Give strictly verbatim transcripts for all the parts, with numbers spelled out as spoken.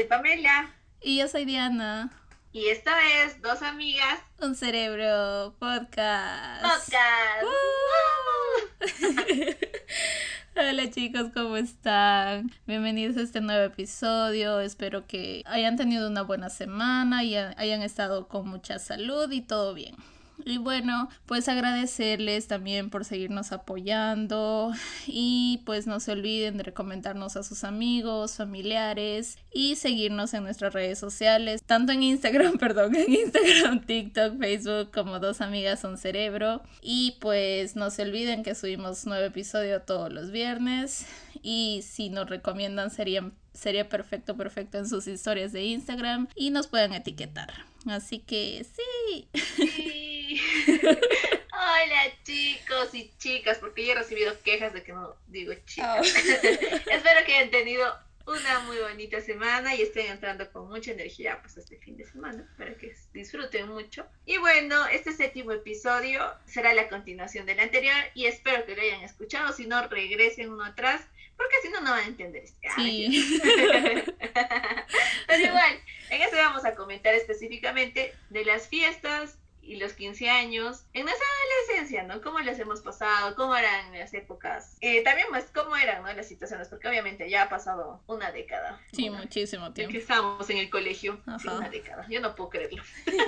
soy Pamela. Y yo soy Diana. Y esto es Dos Amigas, Un Cerebro Podcast. Podcast. ¡Woo! Hola chicos, ¿cómo están? Bienvenidos a este nuevo episodio. Espero que hayan tenido una buena semana y hayan estado con mucha salud y todo bien. Y bueno, pues agradecerles también por seguirnos apoyando y pues no se olviden de recomendarnos a sus amigos, familiares y seguirnos en nuestras redes sociales, tanto en Instagram, perdón, en Instagram, TikTok, Facebook como Dos Amigas Un Cerebro. Y pues no se olviden que subimos nuevo episodio todos los viernes y si nos recomiendan sería, sería perfecto, perfecto en sus historias de Instagram y nos pueden etiquetar. Así que sí. Sí. Hola chicos y chicas, porque yo he recibido quejas de que no digo chicas. Oh. Espero que hayan tenido una muy bonita semana y estén entrando con mucha energía pues este fin de semana para que disfruten mucho. Y bueno, este séptimo episodio será la continuación del anterior y espero que lo hayan escuchado, si no regresen uno atrás porque si no no van a entender este. Sí. Pero igual, en este vamos a comentar específicamente de las fiestas y los quince años en nuestra adolescencia, ¿no? ¿Cómo las hemos pasado? ¿Cómo eran las épocas? Eh, también pues cómo eran, ¿no? Las situaciones, porque obviamente ya ha pasado una década. Sí, una, muchísimo tiempo. De que estábamos en el colegio. Sí, una década. Yo no puedo creerlo.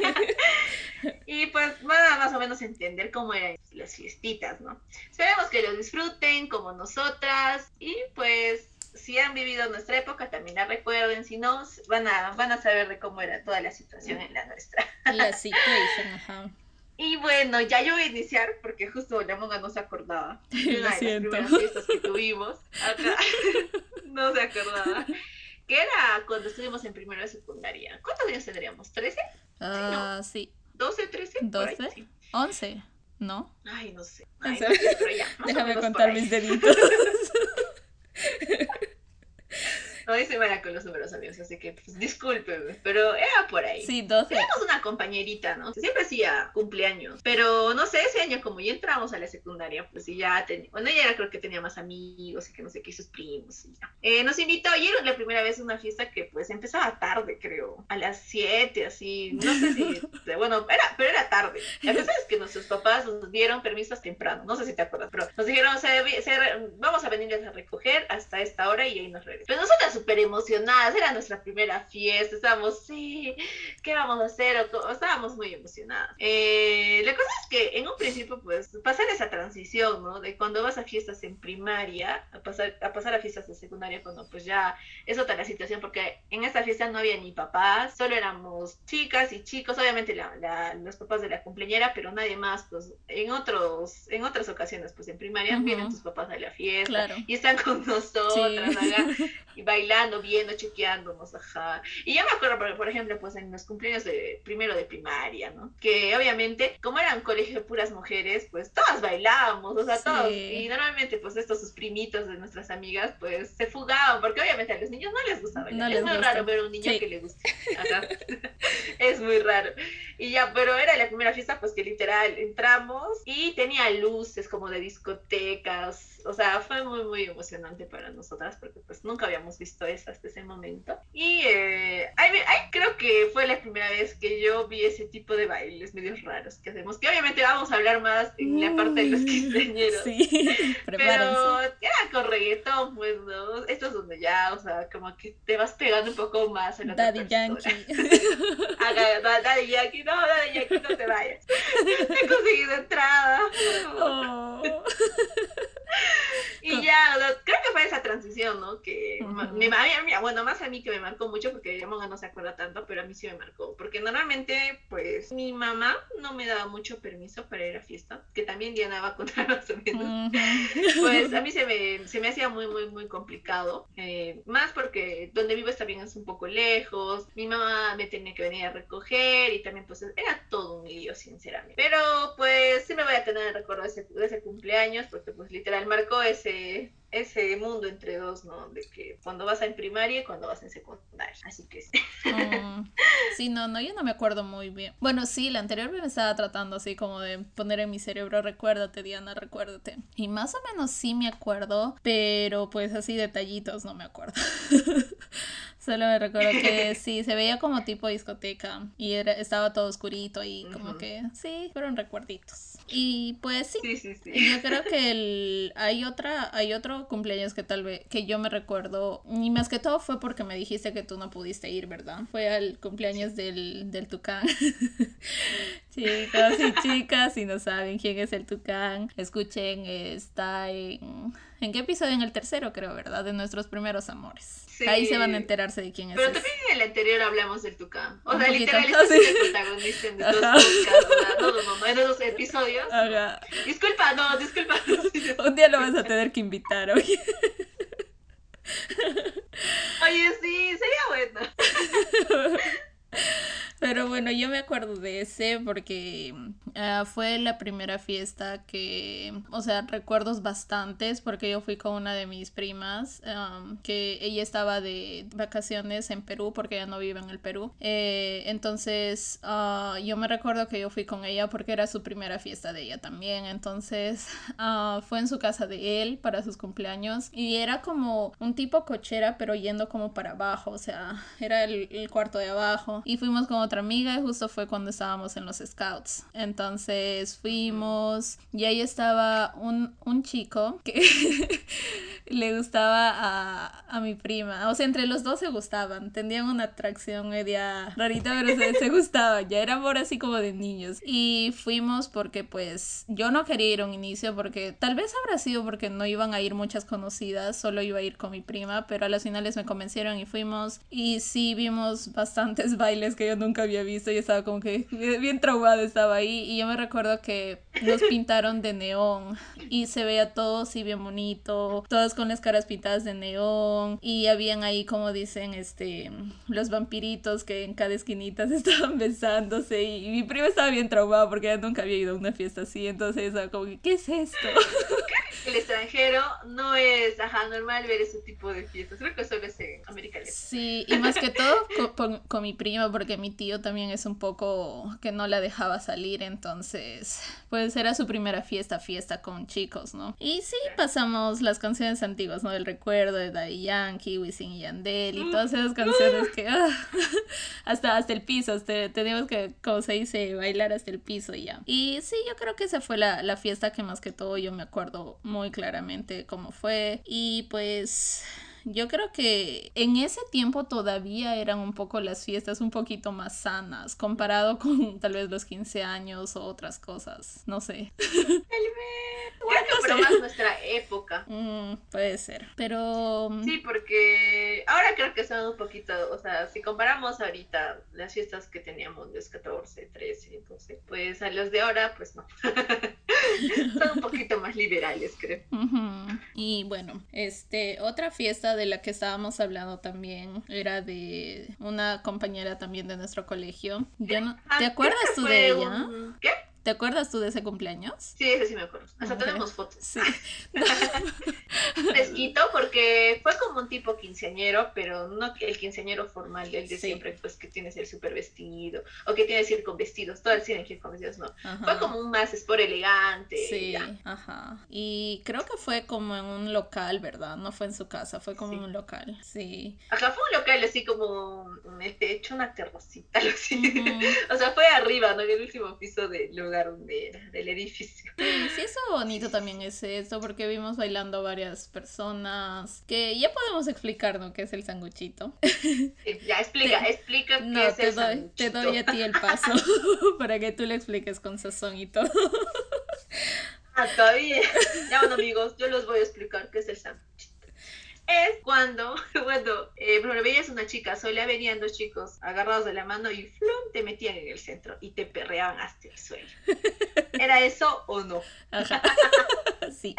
Y pues van más o menos entender cómo eran las fiestitas, ¿no? Esperemos que lo disfruten como nosotras y pues si han vivido nuestra época, también la recuerden. Si no, van a, van a saber de cómo era toda la situación en la nuestra. La situación, ajá. Y bueno, ya yo voy a iniciar, porque justo la monga no se acordaba de una de las primeras fiestas que tuvimos. Acá no se acordaba. Que era cuando estuvimos en primero de secundaria. ¿Cuántos años tendríamos? ¿trece? Uh, sí, sí. ¿doce, trece? ¿doce? Sí. ¿once? ¿No? Ay, no sé. Ay, no sé, pero ya, más déjame o menos contar mis deditos. No dice mala con los números, amigos, así que pues, discúlpenme, pero era por ahí. Sí, doce. Teníamos una compañerita, ¿no? Siempre hacía cumpleaños, pero no sé, ese año como ya entramos a la secundaria, pues y ya tenía, bueno, ella era, creo que tenía más amigos y que no sé qué, sus primos y ya. Eh, nos invitó, y era la primera vez una fiesta que pues empezaba tarde, creo, a las siete, así, no sé si, bueno, era, pero era tarde. La cosa es que nuestros papás nos dieron permisos temprano, no sé si te acuerdas, pero nos dijeron, o sea, se, vamos a venirles a recoger hasta esta hora y ahí nos regresamos. Pero nosotras súper emocionadas, era nuestra primera fiesta, estábamos, sí, ¿qué vamos a hacer? O, estábamos muy emocionadas. Eh, la cosa es que en un principio, pues, pasar esa transición, ¿no? De cuando vas a fiestas en primaria, a pasar a, pasar a fiestas de secundaria, cuando pues ya es otra la situación, porque en esta fiesta no había ni papás, solo éramos chicas y chicos, obviamente la, la, los papás de la cumpleañera, pero nadie más, pues, en otros, en otras ocasiones, pues, en primaria, uh-huh. vienen tus papás a la fiesta, claro. y están con nosotras, sí. acá, y bailando, viendo, chequeándonos, ajá. Y yo me acuerdo, por, por ejemplo, pues en los cumpleaños de primero de primaria, ¿no? Que obviamente, como era un colegio de puras mujeres, pues todas bailábamos, o sea, sí. todos. Y normalmente, pues estos sus primitos de nuestras amigas, pues se fugaban, porque obviamente a los niños no les gusta bailar. No es muy gusta. raro ver a un niño sí. que le guste. Ajá. Es muy raro. Y ya, pero era la primera fiesta, pues que literal entramos y tenía luces como de discotecas. O sea, fue muy, muy emocionante para nosotras, porque pues nunca habíamos visto eso hasta ese momento. Y eh, ahí, ahí creo que fue la primera vez que yo vi ese tipo de bailes medios raros que hacemos, que obviamente vamos a hablar más en la parte de los quinceañeros. Sí, pero era con reggaetón, pues, ¿no? Esto es donde ya, o sea, como que te vas pegando un poco más a la Daddy otra Yankee. Haga, Daddy Yankee, no, Daddy Yankee, no te vayas. He conseguido entrada. Oh. Y ya, creo que fue esa transición, ¿no? Que uh-huh. me, me, bueno, más a mí que me marcó mucho, porque Monga no se acuerda tanto, pero a mí sí me marcó. Porque normalmente, pues, mi mamá no me daba mucho permiso para ir a fiesta, que también Diana va a contar más o menos. Uh-huh. Pues a mí se me, se me hacía muy, muy, muy complicado. Eh, más porque donde vivo también es un poco lejos. Mi mamá me tenía que venir a recoger y también, pues, era todo un lío, sinceramente. Pero, pues, sí me voy a tener el recuerdo de ese, de ese cumpleaños, porque, pues, literal marcó ese, ese mundo entre dos, ¿no? De que cuando vas en primaria y cuando vas en secundaria. Así que sí. Mm, sí, no, no, yo no me acuerdo muy bien. Bueno, sí, la anterior me estaba tratando así como de poner en mi cerebro, recuérdate, Diana, recuérdate. Y más o menos sí me acuerdo, pero pues así detallitos no me acuerdo. Solo me recuerdo que sí, se veía como tipo discoteca y era, estaba todo oscurito y como uh-huh. que sí, fueron recuerditos. Y pues sí, sí, sí, sí. Yo creo que el, hay otra, hay otro cumpleaños que tal vez, que yo me recuerdo, y más que todo fue porque me dijiste que tú no pudiste ir, ¿verdad? Fue al cumpleaños sí. del, del Tucán. Chicos y chicas, si no saben quién es el Tucán, escuchen, está en... ¿En qué episodio? En el tercero, creo, ¿verdad? De nuestros primeros amores. Sí. Ahí se van a enterarse de quién es. Pero también en el anterior hablamos del Tucán. O Un sea, poquito. literal, este es el protagonista de dos podcasts, no, no, no, no, en dos episodios. Ajá. No. Disculpa, no, disculpa. Un día lo vas a tener que invitar, oye. Oye, sí, sería bueno. Pero bueno, yo me acuerdo de ese porque uh, fue la primera fiesta que, o sea, recuerdos bastantes porque yo fui con una de mis primas, um, que ella estaba de vacaciones en Perú porque ella no vive en el Perú. Eh, entonces, uh, yo me recuerdo que yo fui con ella porque era su primera fiesta de ella también. Entonces, uh, fue en su casa de él para sus cumpleaños y era como un tipo cochera, pero yendo como para abajo, o sea, era el, el cuarto de abajo. Y fuimos con otra amiga y justo fue cuando estábamos en los scouts. Entonces fuimos y ahí estaba un, un chico que le gustaba a, a mi prima. O sea, entre los dos se gustaban. Tenían una atracción media rarita, pero se, se gustaban. Ya era amor así como de niños. Y fuimos porque pues yo no quería ir a un inicio porque tal vez habrá sido porque no iban a ir muchas conocidas. Solo iba a ir con mi prima, pero a las finales me convencieron y fuimos. Y sí vimos bastantes bailes que yo nunca había visto y estaba como que bien traumada estaba ahí y yo me recuerdo que nos pintaron de neón y se veía todo así bien bonito, todos con las caras pintadas de neón y habían ahí como dicen este los vampiritos que en cada esquinita se estaban besándose y, y mi prima estaba bien traumada porque ella nunca había ido a una fiesta así, entonces estaba como que ¿qué es esto? El extranjero no es ajá, normal ver ese tipo de fiestas, creo que solo es en América Latina. Sí, y más que todo con, con, con mi prima porque mi tío también es un poco que no la dejaba salir, entonces pues era su primera fiesta, fiesta con chicos, ¿no? Y sí, pasamos las canciones antiguas, ¿no? El recuerdo de Daddy Yankee, Wisin y Yandel y todas esas canciones que ah, hasta, hasta el piso, hasta, teníamos que, como se dice, bailar hasta el piso y ya. Y sí, yo creo que esa fue la, la fiesta que más que todo yo me acuerdo muy claramente cómo fue y pues... Yo creo que en ese tiempo todavía eran un poco las fiestas un poquito más sanas comparado con tal vez los quince años o otras cosas, no sé. Bueno, pero más nuestra época. Mm, puede ser, pero... Sí, porque ahora creo que son un poquito, o sea, si comparamos ahorita las fiestas que teníamos de los catorce, trece, doce, pues a los de ahora, pues no. Son un poquito más liberales, creo. Uh-huh. Y bueno, este, otra fiesta de la que estábamos hablando también era de una compañera también de nuestro colegio. Yo no, ¿te acuerdas tú de ella? Un... ¿Qué? ¿Te acuerdas tú de ese cumpleaños? Sí, ese sí me acuerdo. Hasta okay. Tenemos fotos. Sí. Fresquito porque fue como un tipo quinceañero, pero no el quinceañero formal del de sí. siempre, pues que tienes el súper vestido, o que tienes que ir con vestidos, todo el cine que ir con vestidos, no. Ajá. Fue como un más sport elegante. Sí, ya. Ajá. Y creo que fue como en un local, ¿verdad? No fue en su casa, fue como sí. en un local. Sí. Ajá, fue un local así como en el techo, una terracita, algo así. Uh-huh. O sea, fue arriba, ¿no? En el último piso del lugar donde era, del edificio. Sí, sí, eso bonito también es esto, porque vimos bailando varias personas, que ya podemos explicar, ¿no? ¿Qué es el sanguchito? Sí, ya, explica, te, explica qué no, es te el doy, sanguchito. Te doy a ti el paso, para que tú le expliques con sazón y todo. Ah, todavía. Ya, bueno, amigos, yo les voy a explicar qué es el sanguchito. Es cuando, cuando eh, bueno, veías una chica sola, venían dos chicos agarrados de la mano y ¡flum! Te metían en el centro y te perreaban hasta el suelo. ¿Era eso o no? Ajá. Sí.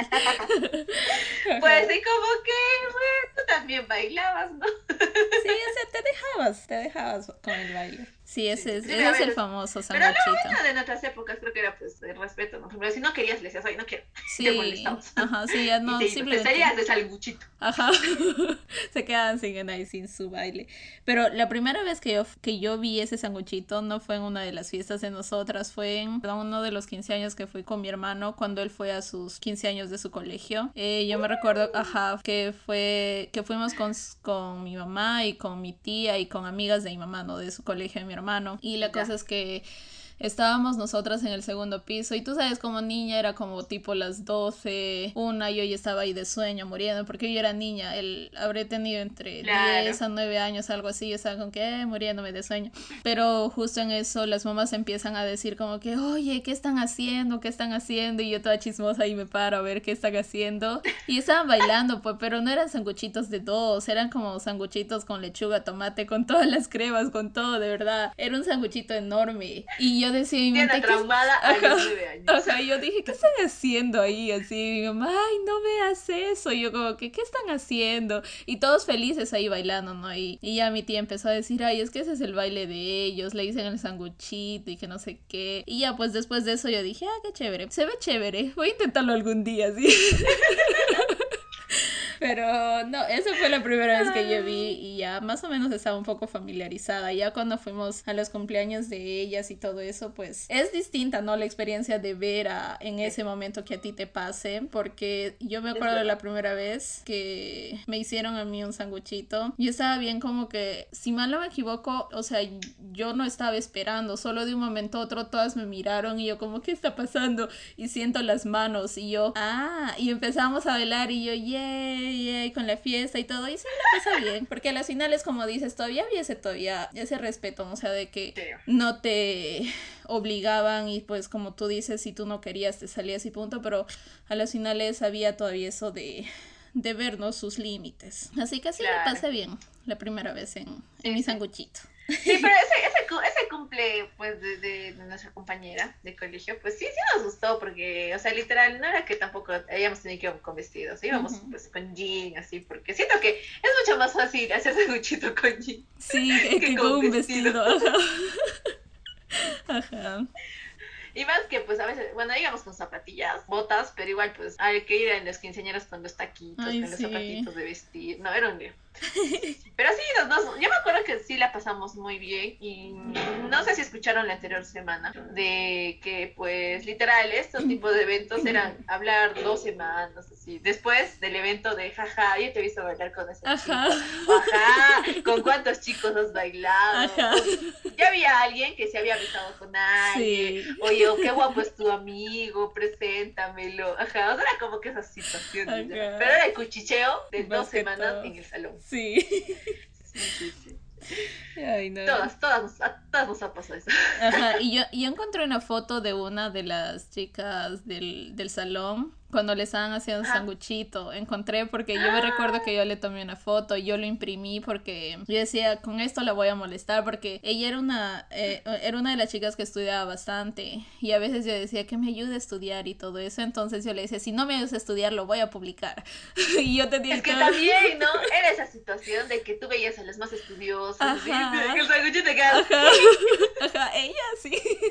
Pues y como que, bueno, tú también bailabas, ¿no? Sí, o sea, te dejabas, te dejabas con el baile. Sí, Sí, ese sí, es, sí, ese a es el veces. famoso Pero lo sanguchito. bueno de nuestras épocas creo que era pues el respeto, ¿no? Pero si no querías, le decías, ay, no quiero, y te Sí, molestabas. ajá, sí, ya Y te no, ibas, te simplemente. salías de sanguchito. Ajá, se quedaban sin ahí, sin su baile. Pero la primera vez que yo, que yo vi ese sanguchito no fue en una de las fiestas de nosotras, fue en perdón, uno de los quince años que fui con mi hermano cuando él fue a sus quince años de su colegio. Eh, yo me recuerdo, ajá, que fue que fuimos con, con mi mamá y con mi tía y con amigas de mi mamá, ¿no? De su colegio de mi hermano. Y la cosa Ya, es que estábamos nosotras en el segundo piso y tú sabes, como niña era como tipo las doce, una, yo ya estaba ahí de sueño, muriendo, porque yo era niña, él habré tenido entre diez claro. a nueve años, algo así, yo estaba con que eh, muriéndome de sueño. Pero justo en eso las mamás empiezan a decir como que, oye, ¿qué están haciendo? ¿Qué están haciendo? Y yo toda chismosa y me paro a ver qué están haciendo. Y estaban bailando, pues, pero no eran sanguchitos de dos, eran como sanguchitos con lechuga, tomate, con todas las cremas, con todo, de verdad. Era un sanguchito enorme. Y yo decía en mi Diana mente, ¿qué? traumada a Ajá, los nueve años. ajá, y yo dije, ¿qué están haciendo ahí? Así, y mi mamá, ay, no veas eso. Y yo como que, ¿qué están haciendo? Y todos felices ahí bailando, ¿no? Y, y ya mi tía empezó a decir, ay, es que ese es el baile de ellos, le dicen el sanguchito y que no sé qué. Y ya pues después de eso yo dije, ah, qué chévere, se ve chévere, voy a intentarlo algún día, sí. Pero no, esa fue la primera vez que yo vi y ya más o menos estaba un poco familiarizada. Ya cuando fuimos a los cumpleaños de ellas y todo eso, pues es distinta, ¿no? La experiencia de ver a, en Sí, ese momento que a ti te pase, porque yo me es acuerdo de la verdad. primera vez que me hicieron a mí un sanguchito. Yo estaba bien como que, si mal no me equivoco, o sea, yo no estaba esperando, solo de un momento a otro todas me miraron y yo como, ¿qué está pasando? Y siento las manos y yo, ah, y empezamos a bailar y yo, yay, yay, con la fiesta y todo, y sí, la pasa bien, porque a las finales, como dices, todavía había ese, todavía, ese respeto, ¿no? O sea, de que Sí. no te obligaban y pues como tú dices, si tú no querías te salías y punto, pero a las finales había todavía eso de, de vernos sus límites. Así que sí, la Claro. pasé bien la primera vez en, en Sí, mi sí. sanguchito. Sí, pero ese, ese, cu- ese cumple, pues, de, de, de nuestra compañera de colegio, pues sí, sí nos gustó, porque, o sea, literal, no era que tampoco hayamos tenido que ir con vestidos, íbamos, Ujú. pues, con jean, así, porque siento que es mucho más fácil hacer sanguchito con jean Sí, que, que que con con un vestido. vestido. Ajá. Ajá. Y más que, pues, a veces, bueno, íbamos con zapatillas, botas, pero igual, pues, hay que ir en las quinceañeras con los taquitos, Ay, con los sí. zapatitos de vestir, no, era un lío. Sí, sí, sí. Pero sí, nos, nos- yo me acuerdo que sí la pasamos muy bien y no sé si escucharon la anterior semana de que pues literal estos tipos de eventos eran hablar dos semanas así. Después del evento de jaja, yo te he visto bailar con esa Ajá. chica, o ajá, con cuántos chicos has bailado, Ajá. o ya había alguien que se había besado con alguien, Sí. oye, oh, qué guapo es tu amigo, preséntamelo, ajá, o sea, era como que esas situaciones ya, pero Ajá. era el cuchicheo de dos Más que semanas todo. en el salón. Sí. Sí, sí, sí. Ay, no. Todas, todas, nos- a todas nos ha pasado eso. Ajá, y yo, y yo encontré una foto de una de las chicas del, del salón cuando le estaban haciendo un Ajá. sanguchito. Encontré porque yo me recuerdo que yo le tomé una foto y yo lo imprimí porque yo decía, con esto la voy a molestar porque ella era una, eh, era una de las chicas que estudiaba bastante y a veces yo decía que me ayude a estudiar y todo eso. Entonces yo le decía, si no me ayudas a estudiar, lo voy a publicar. Y yo tenía Es y que todo. también, ¿no? Era esa situación de que tú veías a los más estudiosos, así, Ajá, que el sanguchito te quedas. ajá, ajá, ella sí.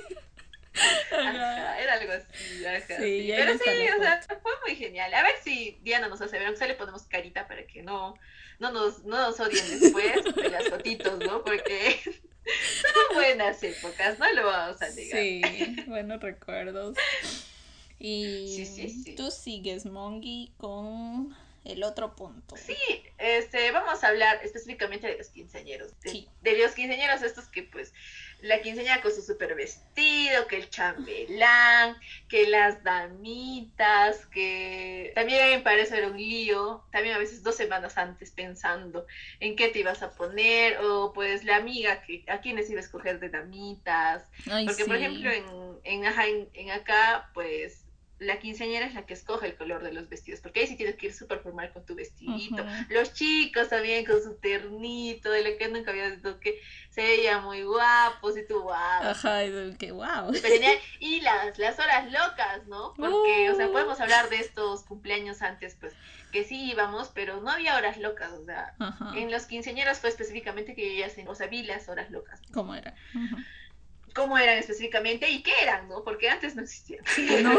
Ajá. Ajá, era algo así, ajá, Sí, y sí. ahí Pero está la sí, o sea, foto. fue muy genial. A ver si Diana nos hace ver, aunque sea le ponemos carita para que no, no nos, no nos odien después de las fotitos, ¿no? Porque fueron buenas épocas, no lo vamos a negar. Sí, buenos recuerdos. Sí, sí, Y sí. tú sigues, Mongi, con el otro punto. Sí, este, vamos a hablar específicamente de los quinceañeros, de, Sí. de los quinceañeros estos que pues la quinceañera con su super vestido, que el chambelán, que las damitas, que también para eso era un lío, también a veces dos semanas antes pensando en qué te ibas a poner, o pues la amiga que a quiénes iba a escoger de damitas, Ay, porque por ejemplo sí. en, en, ajá, en, en acá pues la quinceañera es la que escoge el color de los vestidos, porque ahí sí tienes que ir súper formal con tu vestidito. Ujú. Los chicos también con su ternito, de lo que nunca había visto, que se veía muy guapos y tú, wow, así, Ajá, y de que wow. súper genial. Y las, las horas locas, ¿no? Porque, o sea, Uh, podemos hablar de estos cumpleaños antes, pues, que sí íbamos, pero no había horas locas, o sea, Ajá, en los quinceañeros fue específicamente que ellas, o sea, vi las horas locas, ¿no? ¿cómo era? Ujú. Cómo eran específicamente y qué eran, ¿no? Porque antes no existían. Sí, no.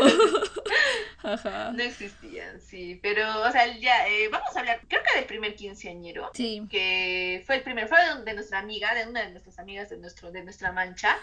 Ajá. No existían, sí. Pero, o sea, ya, eh, vamos a hablar, creo que del primer quinceañero, Sí. que fue el primer, fue de, de nuestra amiga, de una de nuestras amigas de, nuestro, de nuestra mancha,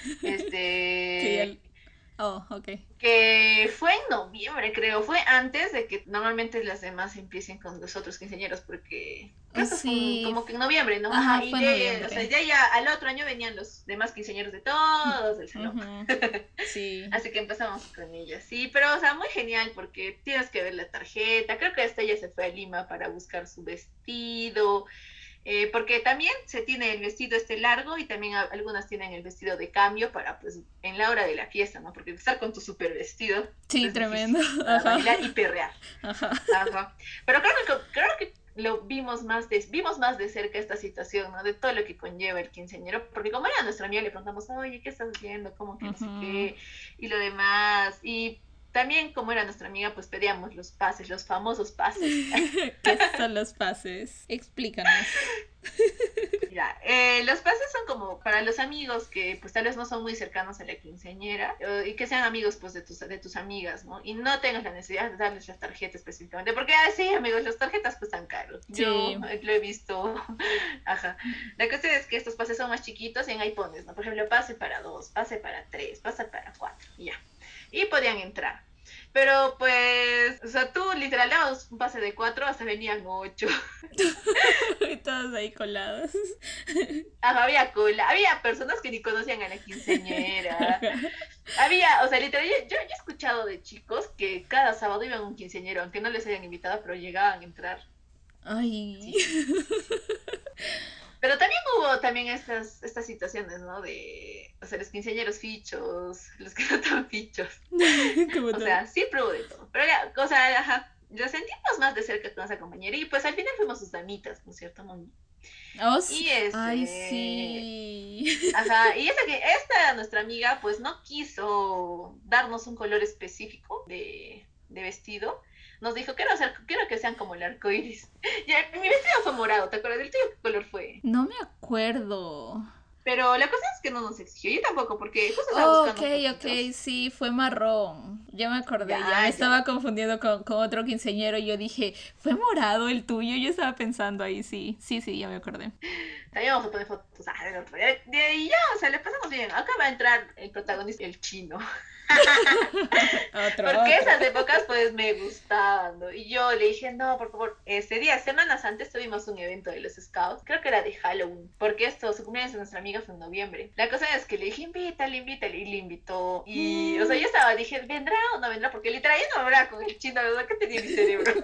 Que ya... este, Oh, ok. que fue en noviembre, creo, fue antes de que normalmente las demás empiecen con los otros quinceañeros, porque Oh, creo que fue un- sí. como que en noviembre, ¿no? Ajá, Ajá, y fue de, o sea, noviembre. ya, ya al otro año venían los demás quinceañeros de todos el salón. Ujú. Sí. Así que empezamos con ella, sí, pero o sea, muy genial porque tienes que ver la tarjeta, creo que esta ella se fue a Lima para buscar su vestido, eh, porque también se tiene el vestido este largo y también a, algunas tienen el vestido de cambio para pues en la hora de la fiesta, ¿no? Porque estar con tu super vestido Sí, es difícil tremendo. para Ajá. bailar y perrear. Ajá. Ajá. Pero creo que, creo que lo vimos más de, vimos más de cerca esta situación, ¿no? De todo lo que conlleva el quinceañero, porque como era nuestra amiga le preguntamos, oye, ¿qué estás haciendo? ¿Cómo que no sé Ujú. qué? Y lo demás. Y también como era nuestra amiga, pues pedíamos los pases, los famosos pases. ¿Qué son los pases? Explícanos. Mira, eh, los pases son como para los amigos que pues tal vez no son muy cercanos a la quinceañera eh, y que sean amigos pues de tus, de tus amigas, ¿no? Y no tengas la necesidad de darles las tarjetas específicamente, porque ah, sí, amigos, las tarjetas cuestan caro. Yo Sí. eh, lo he visto. Ajá. La cuestión es que estos pases son más chiquitos y en ahí pones, ¿no? Por ejemplo, pase para dos, pase para tres, pase para cuatro, y ya. Y podían entrar. Pero pues, o sea, tú literal dabas un pase de cuatro, hasta venían ocho. Y todos ahí colados. Ajá, había cola, había personas que ni conocían a la quinceañera. Había, o sea, literal, yo, yo, yo he escuchado de chicos que cada sábado iban a un quinceañero, aunque no les hayan invitado, pero llegaban a entrar. Ay. Sí, sí, sí, sí, sí. Pero también hubo también estas, estas situaciones, ¿no? De, o sea, los quinceañeros fichos, los que no tan fichos. Como O todo. sea, siempre hubo de todo. Pero ya, o sea, ajá, lo sentimos más de cerca con esa compañera y pues al final fuimos sus damitas, ¿no es cierto, Moni? Oh, sí. Y Ay, este, sí. ajá, y esa que esta nuestra amiga pues no quiso darnos un color específico de, de vestido. Nos dijo, quiero, hacer, quiero que sean como el arco iris. Ya, mi vestido fue morado, ¿te acuerdas del tuyo? ¿Qué color fue? No me acuerdo. Pero la cosa es que no nos exigió, yo tampoco, porque justo estaba Oh, ok, buscando ok, fotitos. sí, fue marrón. Ya me acordé, ya me Ya, ya. estaba confundiendo con, con otro quinceañero y yo dije, ¿fue morado el tuyo? Yo estaba pensando ahí, sí, sí, sí, ya me acordé. También vamos a poner fotos. Ah, del otro. De, de, y ya, o sea, le pasamos bien. Acá va a entrar el protagonista, el chino. Otro, Porque otro. esas épocas pues me gustaban, ¿no? Y yo le dije, no, por favor, ese día, semanas antes tuvimos un evento de los Scouts, creo que era de Halloween, porque esto, su cumpleaños de nuestra amiga fue en noviembre. La cosa es que le dije, invítale, invítale, y le invitó. Y, o sea, yo estaba, dije, ¿vendrá o no vendrá? Porque literal, yo no hablaba con el chino, ¿verdad? Que tenía mi cerebro.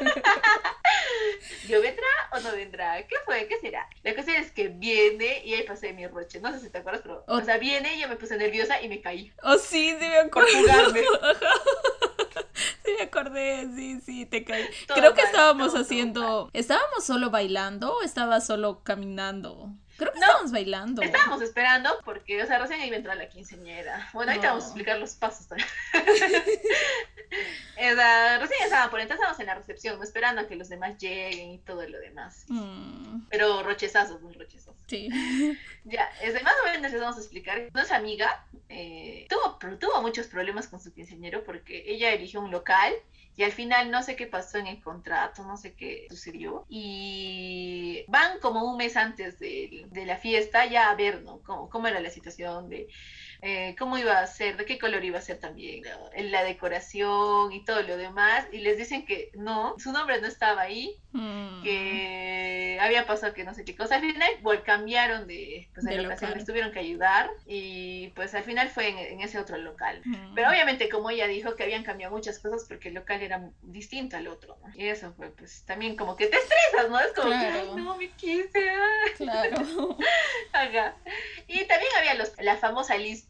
Yo, ¿vendrá o no vendrá? ¿Qué fue? ¿Qué será? La cosa es que viene y ahí pasé mi roche. No sé si te acuerdas, pero, Oh, o sea, viene y yo me puse nerviosa y me caí oh, sí, sí me por acuerdo. fugarme. Sí me acordé, sí, sí, te caí. Creo Todo que mal, estábamos todo, todo mal. haciendo, ¿estábamos solo bailando o estabas solo caminando? Creo que No, estábamos bailando. estábamos esperando porque, o sea, recién iba a entrar la quinceañera. Bueno, ahorita vamos a Oh. explicar los pasos también. O sea, recién estaban por entrar, estábamos en la recepción, ¿no? Esperando a que los demás lleguen y todo lo demás. Mm, Pero rochezazos, muy rochezazos. sí. Ya, es de más o menos les vamos a explicar. Nuestra amiga eh, tuvo, tuvo muchos problemas con su quinceañero porque ella eligió un local y al final no sé qué pasó en el contrato, no sé qué sucedió. Y van como un mes antes de, de la fiesta ya a ver, ¿no? Cómo, cómo era la situación de eh, cómo iba a ser, de qué color iba a ser también la, la decoración y todo lo demás. Y les dicen que no, su nombre no estaba ahí, Mm, que había pasado que no sé qué cosa. Al final, bueno, cambiaron de, pues, de de locación, les local. tuvieron que ayudar y pues al final fue en, en ese otro local. Pero Mm, obviamente como ella dijo que habían cambiado muchas cosas porque el local era distinto al otro, ¿no? Y eso fue pues también como que te estresas, ¿no? Es como que, ay, claro, no, me quise, ay. claro. Ajá. Y también había los, la famosa lista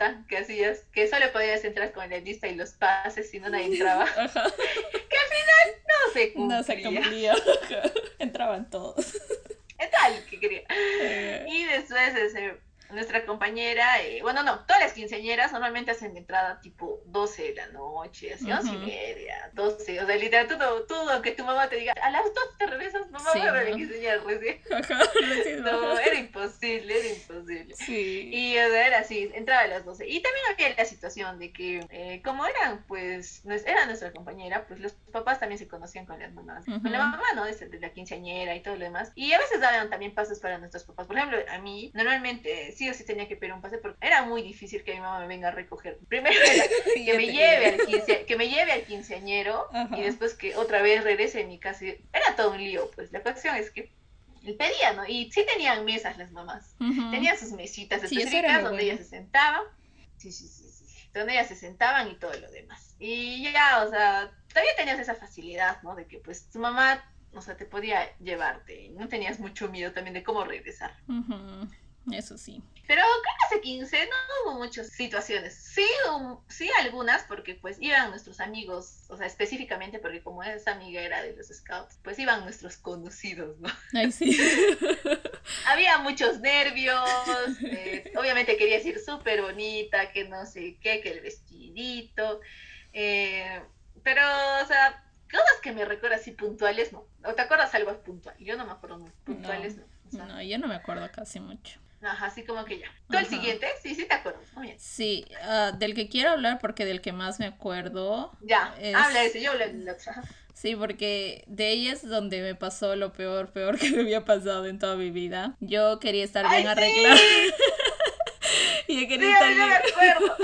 lista que hacías, que solo podías entrar con la lista y los pases, si no nadie entraba. Ajá. Que al final no se cumplía. No se cumplía. Entraban todos. Entraba el que quería. Eh, Y después ese, nuestra compañera, eh, bueno, no, todas las quinceañeras normalmente hacen entrada tipo doce de la noche, así, once y Ujú. media, doce, o sea, literal, todo, todo, que tu mamá te diga, a las dos te regresas, mamá, Sí, voy a ver ¿no? la quinceañera recién. Ajá, recién, No, ajá. era imposible, era imposible. Sí. Y o sea, era así, entraba a las doce. Y también había la situación de que, eh, como eran, pues, nues- era nuestra compañera, pues los papás también se conocían con las mamás. Con la Ujú. mamá, ¿no? De, de la quinceañera y todo lo demás. Y a veces daban también pases para nuestros papás. Por ejemplo, a mí, normalmente sí o sí tenía que pedir un pase porque era muy difícil que mi mamá me venga a recoger. Primero era que Ya me te lleve creo. al quince, que me lleve al quinceañero Ajá. y después que otra vez regrese a mi casa. Era todo un lío, pues. La cuestión es que él pedía, ¿no? Y sí tenían mesas las mamás. Ujú. Tenían sus mesitas Sí, eso era específicas lo donde bueno. ellas se sentaban. Sí, sí, sí, sí, sí. Donde ellas se sentaban y todo lo demás. Y ya, o sea, todavía tenías esa facilidad, ¿no? De que pues tu mamá, o sea, te podía llevarte. No tenías mucho miedo también de cómo regresar. Ujú. Eso sí. Pero creo que hace quince no hubo muchas situaciones. Sí, um, sí algunas, porque pues iban nuestros amigos, o sea, específicamente porque como esa amiga era de los scouts, pues iban nuestros conocidos, ¿no? Ay, sí. Había muchos nervios, eh, obviamente querías ir súper bonita, que no sé qué, que el vestidito, eh, pero, o sea, cosas que me recuerdo así puntuales, no. ¿O te acuerdas algo puntual? Yo no me acuerdo muy No, puntuales, no. O sea, no, yo no me acuerdo casi mucho. ajá, así como que ya. ¿Tú el Ajá. siguiente? Sí, sí te acuerdas, muy bien. Sí, ah, del que quiero hablar porque del que más me acuerdo Ya, habla es... ese, yo hablo del otro. Ajá. Sí, porque de ella es donde me pasó lo peor, peor que me había pasado en toda mi vida. Yo quería estar bien ¡Ay, arreglada. sí! Y yo Sí, quería estar yo me bien... acuerdo.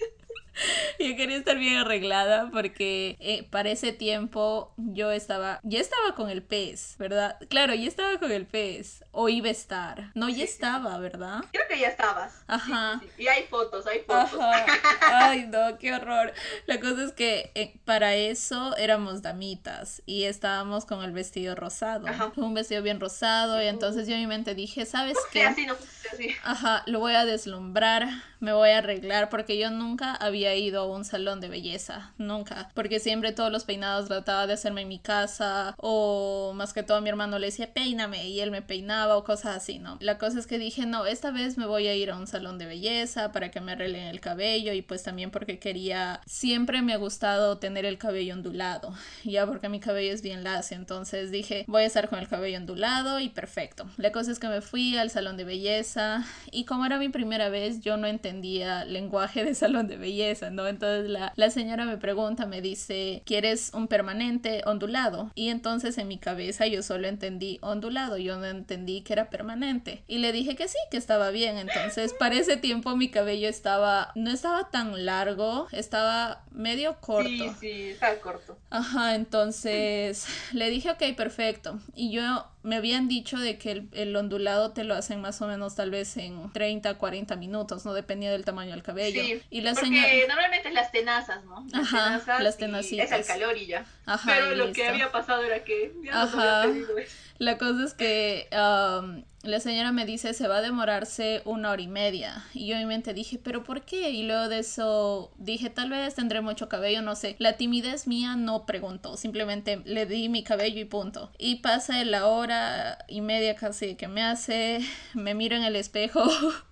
Yo quería estar bien arreglada porque eh, para ese tiempo yo estaba, ya estaba con el pez, ¿verdad? Claro, ya estaba con el pez, o iba a estar. No, ya Sí, sí, sí. estaba, ¿verdad? Creo que ya estabas. Sí, sí, Ajá. sí. Y hay fotos, hay fotos. Ajá, ay no, qué horror. La cosa es que eh, para eso éramos damitas y estábamos con el vestido rosado, Ajá. un vestido bien rosado y Uh, entonces yo en mi mente dije, ¿sabes sí, qué? así no fuiste así. Ajá, lo voy a deslumbrar, me voy a arreglar porque yo nunca había ido a un salón de belleza, nunca, porque siempre todos los peinados trataba de hacerme en mi casa o más que todo a mi hermano le decía peíname y él me peinaba o cosas así, ¿no? La cosa es que dije, no, esta vez me voy a ir a un salón de belleza para que me arreglen el cabello y pues también porque quería, siempre me ha gustado tener el cabello ondulado, ya porque mi cabello es bien lacio, entonces dije, voy a estar con el cabello ondulado y perfecto. La cosa es que me fui al salón de belleza y como era mi primera vez yo no entendía lenguaje de salón de belleza, ¿no? Entonces la, la señora me pregunta, me dice, ¿quieres un permanente ondulado? Y entonces en mi cabeza yo solo entendí ondulado, yo no entendí que era permanente y le dije que sí, que estaba bien. Entonces para ese tiempo mi cabello estaba, no estaba tan largo, estaba medio Sí, corto. sí, está corto. Ajá, entonces le dije, ok, perfecto. Y yo me habían dicho de que el, el ondulado te lo hacen más o menos tal vez en treinta, cuarenta minutos, ¿no? Dependía del tamaño del cabello. Sí, Y la señora... porque normalmente es las tenazas, ¿no? Las Ajá, tenazas las y es al tenacitas. calor y ya. Ajá, y Pero lo que listo. había pasado era que ya nos había Ajá. pedido eso. La cosa es que um, la señora me dice se va a demorarse una hora y media. Y yo en mi mente dije, ¿pero por qué? Y luego de eso dije, tal vez tendré mucho cabello, no sé. La timidez mía no preguntó, simplemente le di mi cabello y punto. Y pasa la hora y media casi que me hace, me miro en el espejo,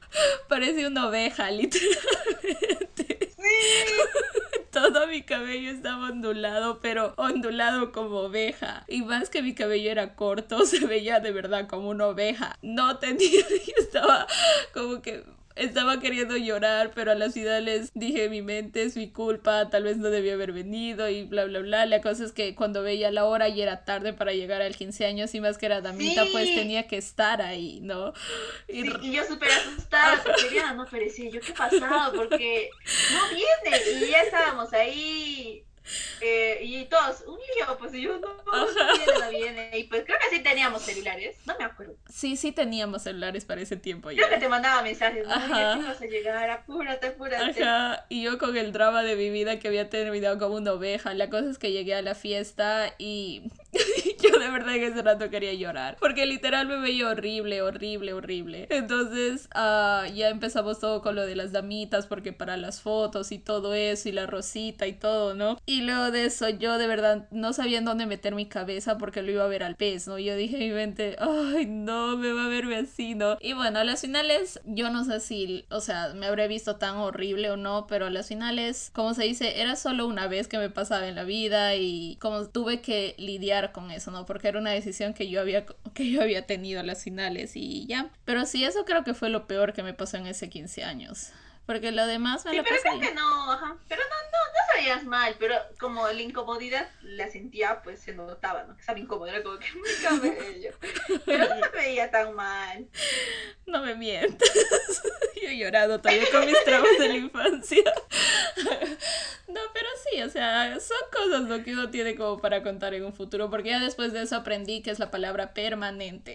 parece una oveja, literalmente. Sí. Todo mi cabello estaba ondulado, pero ondulado como oveja. Y más que mi cabello era corto, se veía de verdad como una oveja. No tenía, yo estaba como que... Estaba queriendo llorar, pero a la ciudad les dije mi mente es mi culpa, tal vez no debía haber venido y bla bla bla. La cosa es que cuando veía la hora y era tarde para llegar al quince años y más que era damita, pues Sí. tenía que estar ahí, ¿no? Y... Sí, y yo súper asustada porque ya no aparecía. Yo, ¿qué pasaba? Porque no viene. Y ya estábamos ahí. Eh, y todos, un lío, pues y yo, no, no viene, no viene. Y pues creo que sí teníamos celulares, no me acuerdo. Sí, sí teníamos celulares para ese tiempo Creo que ya. te mandaba mensajes, no, ya te Ajá. vas a llegar, apúrate, apúrate. Ajá, y yo con el drama de mi vida que había terminado como una oveja. La cosa es que llegué a la fiesta y yo de verdad en ese rato quería llorar, porque literal me veía horrible, horrible, horrible. Entonces uh, ya empezamos todo con lo de las damitas, porque para las fotos y todo eso, y la rosita y todo, ¿no? Y luego de eso yo de verdad no sabía en dónde meter mi cabeza porque lo iba a ver al pez, ¿no? Yo dije en mi mente, ay no, me va a verme así, ¿no? Y bueno, a las finales yo no sé si, o sea, me habré visto tan horrible o no, pero a las finales, como se dice, era solo una vez que me pasaba en la vida y como tuve que lidiar con eso, ¿no? Porque era una decisión que yo había, que yo había tenido a las finales y ya. Pero sí, eso creo que fue lo peor que me pasó en ese quince años. Porque lo demás me Sí, lo pero pasé creo bien. que no, ajá. Pero no, no, no sabías mal, pero como la incomodidad la sentía, pues se notaba, ¿no? Que estaba incómoda, era como que mi cabello. Pero no se veía tan mal. No me mientas. Yo he llorado todavía con mis traumas de la infancia. No, pero sí, o sea, son cosas lo que uno tiene como para contar en un futuro, porque ya después de eso aprendí que es la palabra permanente.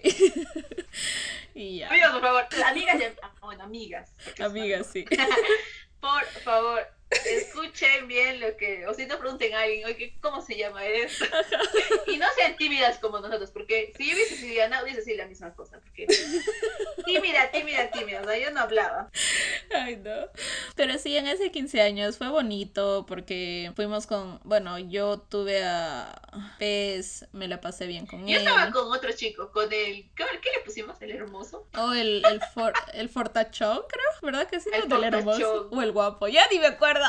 Y ya. Amigos, por favor, amigas, ya, ah, bueno, amigas, porque es un Amiga, amigo. sí. Por favor, escuchen bien lo que, o si no pregunten a alguien, oye, ¿cómo se llama esto? Y no sean tímidas como nosotros, porque si yo hubiese sido Diana, hubiese sido la misma cosa, porque tímida, tímida, tímida, o sea, yo no hablaba. Ay, no. Pero sí, en ese quince años fue bonito porque fuimos con, bueno, yo tuve a Pez, me la pasé bien con Yo estaba él. con otro chico, con el, ¿qué, qué le pusimos? El hermoso, O el, el, for, el fortachón, creo, ¿verdad que sí? el ¿No? Del hermoso. portachón. O el guapo, ya ni me acuerdo.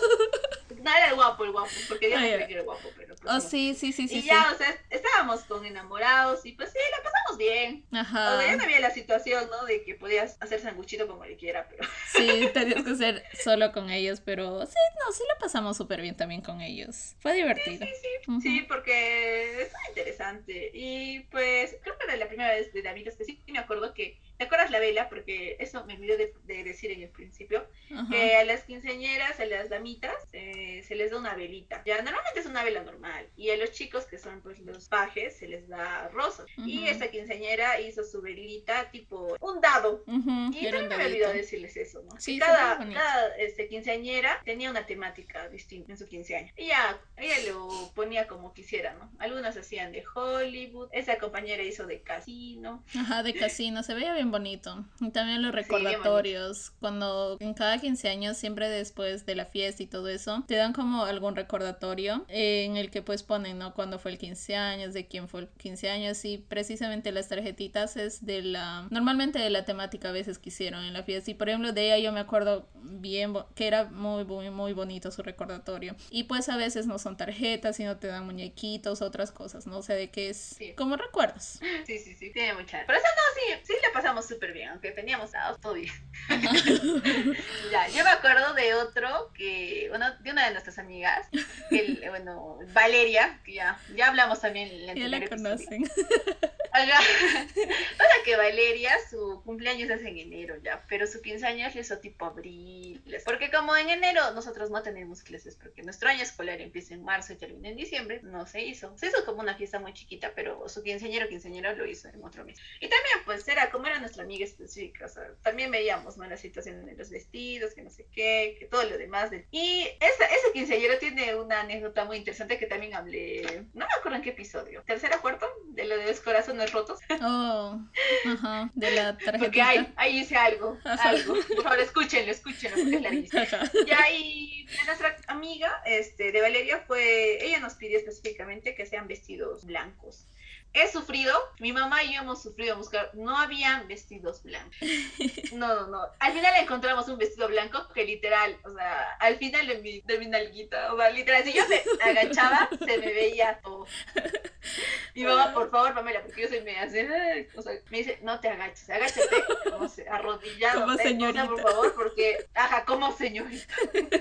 No era el guapo, el guapo, porque Oh, Diana cree yeah. que era guapo, pero pues Oh, no. sí, sí, sí, sí, Y sí. ya, o sea, estábamos con enamorados y pues sí, la pasamos bien. O sea, ya Ajá. no había la situación, ¿no? De que podías hacer sanguchito como le quiera, pero Sí, tenías que ser solo con ellos, pero sí, no, sí la pasamos súper bien también con ellos. Fue divertido. sí, Ujú. porque está interesante. Y pues creo que era la primera vez de David que sí me acuerdo que, ¿te acuerdas la vela? Porque eso me olvidé de, de decir en el principio, Ajá. que a las quinceañeras, a las damitas, eh, se les da una velita. Ya normalmente es una vela normal. Y a los chicos, que son pues los pajes, se les da rosas. Y Ujú. esta quinceañera hizo su velita tipo un dado. Ujú. Y Era un también me olvidó dadito. decirles eso, ¿no? Que Sí, se veía cada, bonito. cada este, quinceañera tenía una temática distinta en su quince años. Y ya, ella lo ponía como quisiera, ¿no? Algunas hacían de Hollywood, esa compañera hizo de casino. Ajá, de casino, se veía bien bonito. Y también los Sí, bien bonito. recordatorios, cuando en cada quince años, siempre después de la fiesta y todo eso, te dan como algún recordatorio eh, en el que pues ponen, ¿no? Cuándo fue el quince años, de quién fue el quince años y precisamente las tarjetitas es de la, normalmente de la temática a veces que hicieron en la fiesta. Y por ejemplo de ella yo me acuerdo bien que era muy, muy, muy bonito su recordatorio. Y pues a veces no son tarjetas, sino te dan muñequitos, otras cosas, no sé de qué es, Sí. como recuerdos. Sí, sí, sí, tiene mucha. Pero eso no, sí, sí la pasamos súper bien, aunque teníamos dados, todo bien. Ya, yo me acuerdo de otro que, bueno, de una de nuestras amigas, que, el, bueno, Valeria, que ya, ya hablamos también en el Ya anterior la episodio. conocen. Oiga, pasa que Valeria, su cumpleaños es en enero ya, pero su quince años le hizo tipo abril, porque como en enero nosotros no tenemos clases, porque nuestro año escolar empieza en marzo y termina en diciembre, no se hizo. Se hizo como una fiesta muy chiquita, pero su quinceañero quinceañero lo hizo en otro mes. Y también pues era como era nuestra amiga específica, o sea, también veíamos, ¿no? La situación de los vestidos, que no sé qué, que todo lo demás. De... Y esa, ese quinceañero tiene una anécdota muy interesante que también hablé, no me acuerdo en qué episodio, tercera o cuarto, de lo de los corazones rotos. Oh, ajá, de la Porque tarjetita. ahí, ahí hice algo, Ajá. algo. Por favor, escúchenlo, escúchenlo, porque es larguísimo. Ajá. Ya, y nuestra amiga este, de Valeria fue, ella nos pidió específicamente que sean vestidos blancos. He sufrido, mi mamá y yo hemos sufrido buscar, no habían vestidos blancos. No, no, no. Al final encontramos un vestido blanco que literal, o sea, al final de mi, de mi nalguita, o sea, literal, si yo me agachaba, se me veía todo. Mi mamá, por favor, Pamela, porque yo soy media así, o sea, me dice, no te agaches, agáchate, como se, arrodillado, Como señorita. por favor, porque, ajá, como señorita.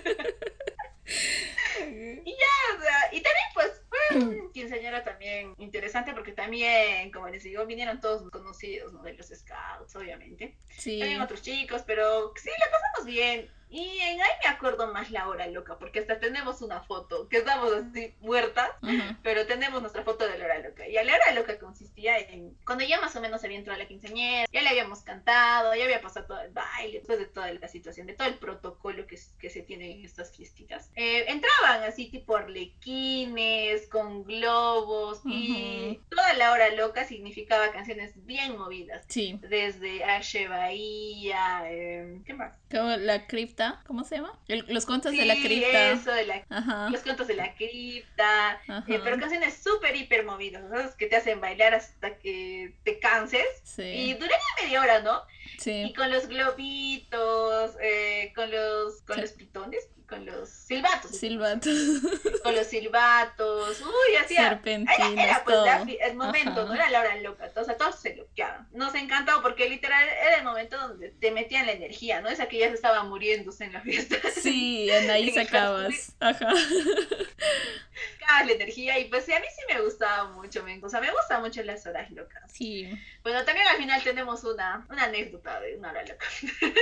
Y ya, o sea, y también pues fue un quinceañera también interesante porque también, como les digo, vinieron todos conocidos, ¿no? De los scouts, obviamente. Sí. También otros chicos, pero sí, la pasamos bien. Y en ahí me acuerdo más la hora loca, porque hasta tenemos una foto, que estamos así muertas, uh-huh. pero tenemos nuestra foto de la hora loca. Y la hora loca consistía en, cuando ya más o menos había entrado la quinceañera, ya le habíamos cantado, ya había pasado todo el baile, después de toda la situación, de todo el protocolo que, que se tiene en estas fiestitas. Eh, entraban así tipo arlequines, con globos, uh-huh. y toda la hora loca significaba canciones bien movidas. Sí. Desde Ashe Bahía, eh, ¿qué más? Como la cripta, ¿cómo se llama? El, los cuentos sí, de la cripta. Eso, de la, Ajá. los cuentos de la cripta, eh, pero canciones súper hiper movidas, ¿sabes? Que te hacen bailar hasta que te canses. Sí. Y duraría media hora, ¿no? Sí. Y con los globitos, eh, con los, con sí. los pitones, con los silbatos. Silbatos. Con los silbatos, uy, hacía. Serpentinas, era, era pues todo. La, el momento, Ajá. ¿no? Era la hora loca, o sea, todos se bloqueaban. Nos encantó porque literal era el momento donde te metían la energía, ¿no? Esa que ya se estaba muriéndose en la fiesta. Sí, en ahí en sacabas. Ajá. Sacabas la energía y pues sí, a mí sí me gustaba mucho, me, o sea, me gustan mucho las horas locas. Sí. Bueno, también al final tenemos una, una anécdota de una hora loca.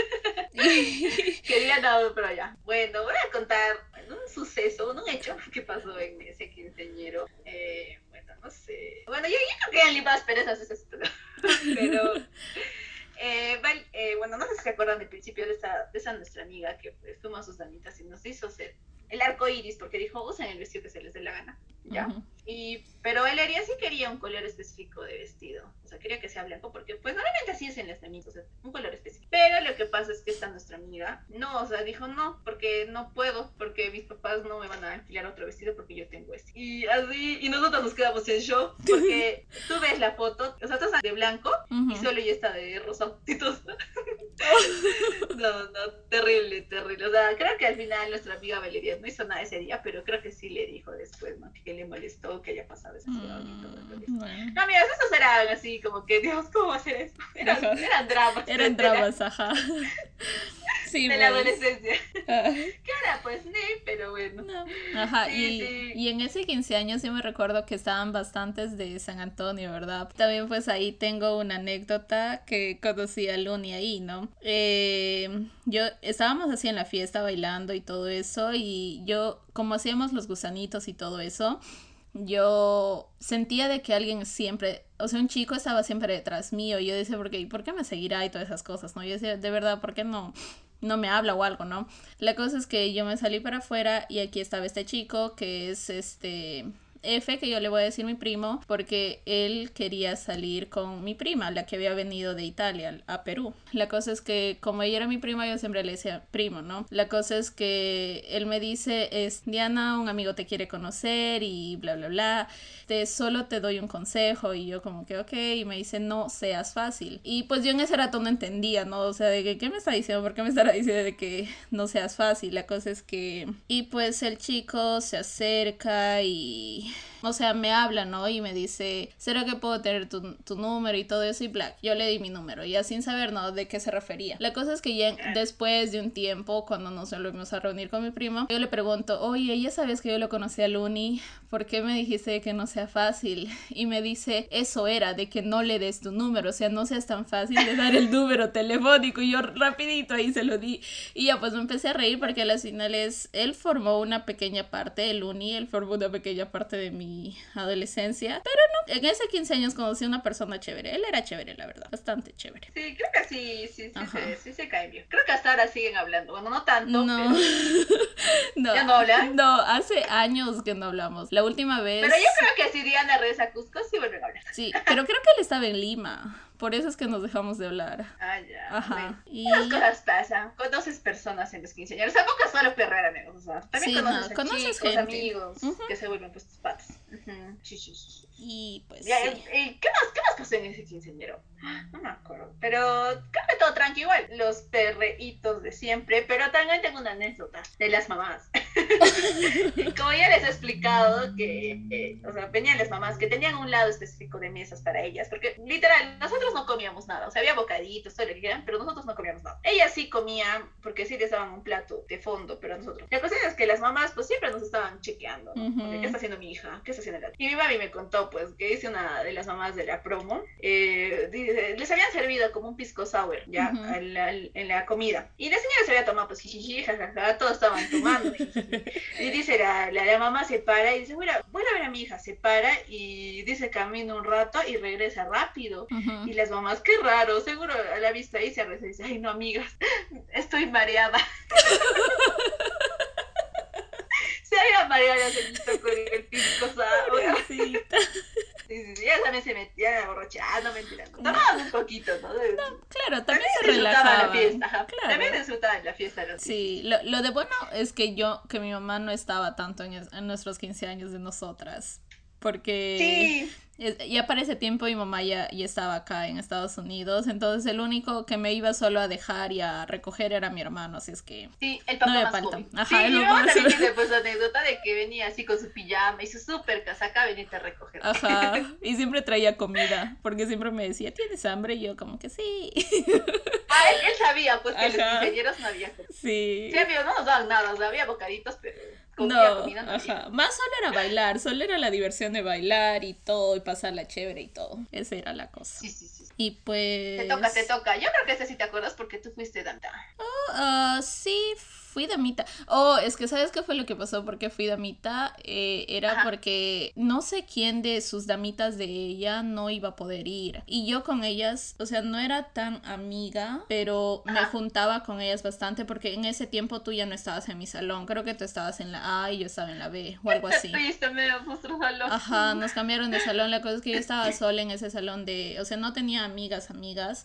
Que ya no, pero ya. Bueno, voy a contar bueno, un suceso, un hecho que pasó en ese quinceañero. Eh, bueno, no sé. Bueno, yo, yo creo que eran más perezas esas, pero... Eh, vale, eh, bueno, no sé si se acuerdan del principio de esa, de esa nuestra amiga que pues, fuimos a sus damitas y nos hizo hacer el arco iris porque dijo, usen el vestido que se les dé la gana, ¿ya? Uh-huh. Y, pero él haría sí quería un color específico de vestido, o sea, quería que sea blanco porque pues normalmente así es en las damitas, o sea, un color específico. Pero lo que pasa es que esta nuestra amiga, no, o sea, dijo no, porque no puedo, porque mis papás no me van a alquilar otro vestido porque yo tengo este. Y así, y nosotros nos quedamos en shock porque tú ves la foto, o sea, tú estás de blanco uh-huh. y solo ella está de rosa. No, no, terrible, terrible. O sea, creo que al final nuestra amiga Valeria no hizo nada ese día, pero creo que sí le dijo después, ¿no? Que le molestó que haya pasado esa situación mm, y todo eso. Bueno. No, mira, esos eran así como que, Dios, ¿cómo va a hacer eso? Eran, eran dramas. Eran dramas, ajá. Sí, de pues. la adolescencia. Uh. Que ahora pues sí, pero bueno. No. Ajá, sí, y, sí. y en ese quince años yo me recuerdo que estaban bastantes de San Antonio, ¿verdad? También pues ahí tengo una anécdota que conocí a Luni ahí, ¿no? Eh, yo estábamos así en la fiesta bailando y todo eso y yo, como hacíamos los gusanitos y todo eso, yo sentía de que alguien siempre, o sea, un chico estaba siempre detrás mío y yo decía, ¿por qué, ¿por qué me seguirá? Y todas esas cosas, ¿no? Yo decía, de verdad, ¿por qué no? no me habla o algo, ¿no? La cosa es que yo me salí para afuera y aquí estaba este chico que es este F, que yo le voy a decir mi primo, porque él quería salir con mi prima, la que había venido de Italia a Perú. La cosa es que como ella era mi prima, yo siempre le decía primo, ¿no? La cosa es que él me dice, es Diana, un amigo te quiere conocer y bla, bla, bla. Te, solo te doy un consejo y yo como que ok, y me dice no seas fácil. Y pues yo en ese rato no entendía, ¿no? O sea, de que ¿qué me está diciendo? ¿Por qué me estará diciendo de que no seas fácil? La cosa es que... Y pues el chico se acerca y... O sea, me habla, ¿no? Y me dice, ¿será que puedo tener tu, tu número y todo eso? Y black, yo le di mi número, ya sin saber, ¿no? De qué se refería. La cosa es que ya después de un tiempo, cuando nos volvimos a reunir con mi primo, yo le pregunto, oye, ¿ya sabes que yo lo conocí a Luni? ¿Por qué me dijiste que no sea fácil? Y me dice, eso era, de que no le des tu número, o sea, no seas tan fácil de dar el número telefónico. Y yo rapidito ahí se lo di. Y ya pues me empecé a reír porque a las finales él formó una pequeña parte, el Luni, él formó una pequeña parte de mi adolescencia, pero no, en ese quince años conocí a una persona chévere, él era chévere, la verdad, bastante chévere. Sí, creo que sí, sí, sí, se, sí se cae bien. Creo que hasta ahora siguen hablando, bueno, no tanto, no. pero... no. ¿Ya no hablan? No, hace años que no hablamos, la última vez... Pero yo creo que si Diana regresa a Cusco, sí vuelven a hablar. Sí, pero creo que él estaba en Lima. Por eso es que nos dejamos de hablar. Ah, ya. Ajá. Bueno, y... Las cosas pasan. Conoces personas en los quince años. Tampoco es solo perrer, amigos. O sea, también sí, conoces no, a conoces chicos, gente. amigos, uh-huh. que se vuelven pues tus patas. Uh-huh. Sí, sí, sí. Y pues ya, sí. ¿Y qué más, qué más pasó en ese quinceañero? No me acuerdo. Pero creo que todo tranquilo igual. Los perreitos de siempre. Pero también tengo una anécdota de las mamás. Y como ya les he explicado que, eh, o sea, venían las mamás que tenían un lado específico de mesas para ellas. Porque literal, nosotros nosotros no comíamos nada, o sea, había bocaditos, todo lo que quieran, pero nosotros no comíamos nada. Ella sí comía, porque sí les daban un plato de fondo, pero a nosotros. La cuestión es que las mamás, pues siempre nos estaban chequeando, ¿no? Ujú. Porque, ¿qué está haciendo mi hija? ¿Qué está haciendo la? Y mi mami me contó, pues, que dice una de las mamás de la promo, eh, dice, les habían servido como un pisco sour, ya, Ujú. en, la, en la comida. Y la señora se había tomado, pues, jijiji, jajaja, todos estaban tomando. jijiji. Y dice, la, la, la mamá se para y dice, voy a, voy a ver a mi hija, se para y dice, camina un rato y regresa rápido. Ujú. Y las mamás, qué raro, seguro a la vista ahí se arresta y dice, ay, no, amigas, estoy mareada. Se había mareado la señorita con el pisco sour. Pobrecita. Sí, sí, sí, ella también se metía borrachada, no mentira. No. Tomaban un poquito, ¿no? De- Claro, también También se disfrutaban la relajaban. fiesta, ajá. Claro. También disfrutaban la fiesta, ¿no? Sí, lo, lo de bueno es que yo, que mi mamá no estaba tanto en, es- en nuestros quince años de nosotras, porque Sí, es- ya para ese tiempo mi mamá ya, ya estaba acá en Estados Unidos, entonces el único que me iba solo a dejar y a recoger era mi hermano, así es que sí, el no papá había más falta. joven. Ajá, Sí, el y mi papá mamá más también tiene pues la anécdota de que venía así con su pijama y su súper casaca, venía a recoger. Ajá, y siempre traía comida, porque siempre me decía, ¿tienes hambre? Y yo como que sí. Ah, él, él sabía pues que los Ajá. quinceañeros no había comida. Sí. Sí, amigos, no nos daban nada, o sea, había bocaditos, pero comida, No, comida no ajá. había. Más solo era bailar, solo era la diversión de bailar y todo, y pasarla chévere y todo. Esa era la cosa. Sí, sí, sí. Y pues... Te toca, te toca. Yo creo que ese sí te acuerdas porque tú fuiste damita. Ah, sí, fui damita. Oh, es que ¿sabes qué fue lo que pasó? Porque fui damita, eh, era Ajá. porque no sé quién de sus damitas de ella no iba a poder ir. Y yo con ellas, o sea, no era tan amiga, pero me Ajá. juntaba con ellas bastante porque en ese tiempo tú ya no estabas en mi salón. Creo que tú estabas en la A y yo estaba en la B o algo así. Triste, me nuestro salón. Ajá, nos cambiaron de salón. La cosa es que yo estaba sola en ese salón de, o sea, no tenía amigas, amigas,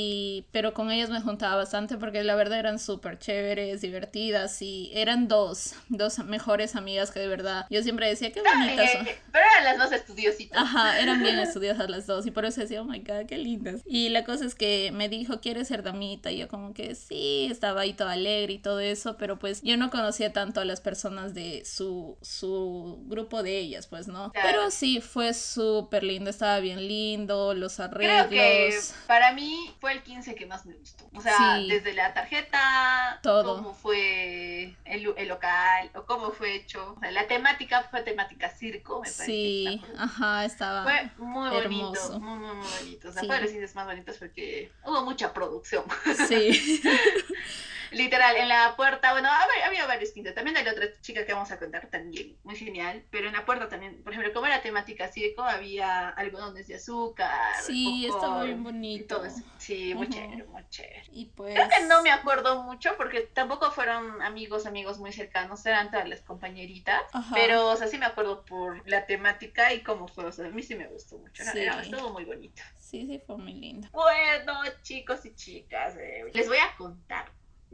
y pero con ellas me juntaba bastante porque la verdad eran súper chéveres, divertidas y eran dos, dos mejores amigas que de verdad yo siempre decía qué bonitas son. Eh, pero eran las más estudiositas. Ajá, eran bien estudiosas las dos y por eso decía, oh my god, qué lindas. Y la cosa es que me dijo, ¿quieres ser damita? Y yo como que sí, estaba ahí toda alegre y todo eso, pero pues yo no conocía tanto a las personas de su, su grupo de ellas, pues, ¿no? Claro. Pero sí, fue súper lindo, estaba bien lindo, los Creo arreglos. que para mí fue el quince que más me gustó. O sea, Sí. desde la tarjeta, Todo. cómo fue el, lu- el local, o cómo fue hecho. O sea, la temática fue temática circo, me parece. Sí, ¿te acuerdas? ajá, estaba Fue muy hermoso. bonito, muy, muy, muy bonito. O sea, Sí. fue de los cines más bonitos porque hubo mucha producción. Sí. Literal, en la puerta, bueno, había, había varios quintos. También hay otra chica que vamos a contar también, muy genial. Pero en la puerta también, por ejemplo, como era temática circo, había algodones de azúcar, Sí, estaba bien popcorn, y bonito. todo eso. Sí, muy Ujú. chévere, muy chévere. Y pues... Creo que no me acuerdo mucho porque tampoco fueron amigos, amigos muy cercanos, eran todas las compañeritas. Ajá. Pero, o sea, sí me acuerdo por la temática y cómo fue. O sea, a mí sí me gustó mucho. Era- Sí. era- estuvo muy bonito. Sí, sí, fue muy lindo. Bueno, chicos y chicas, eh, les voy a contar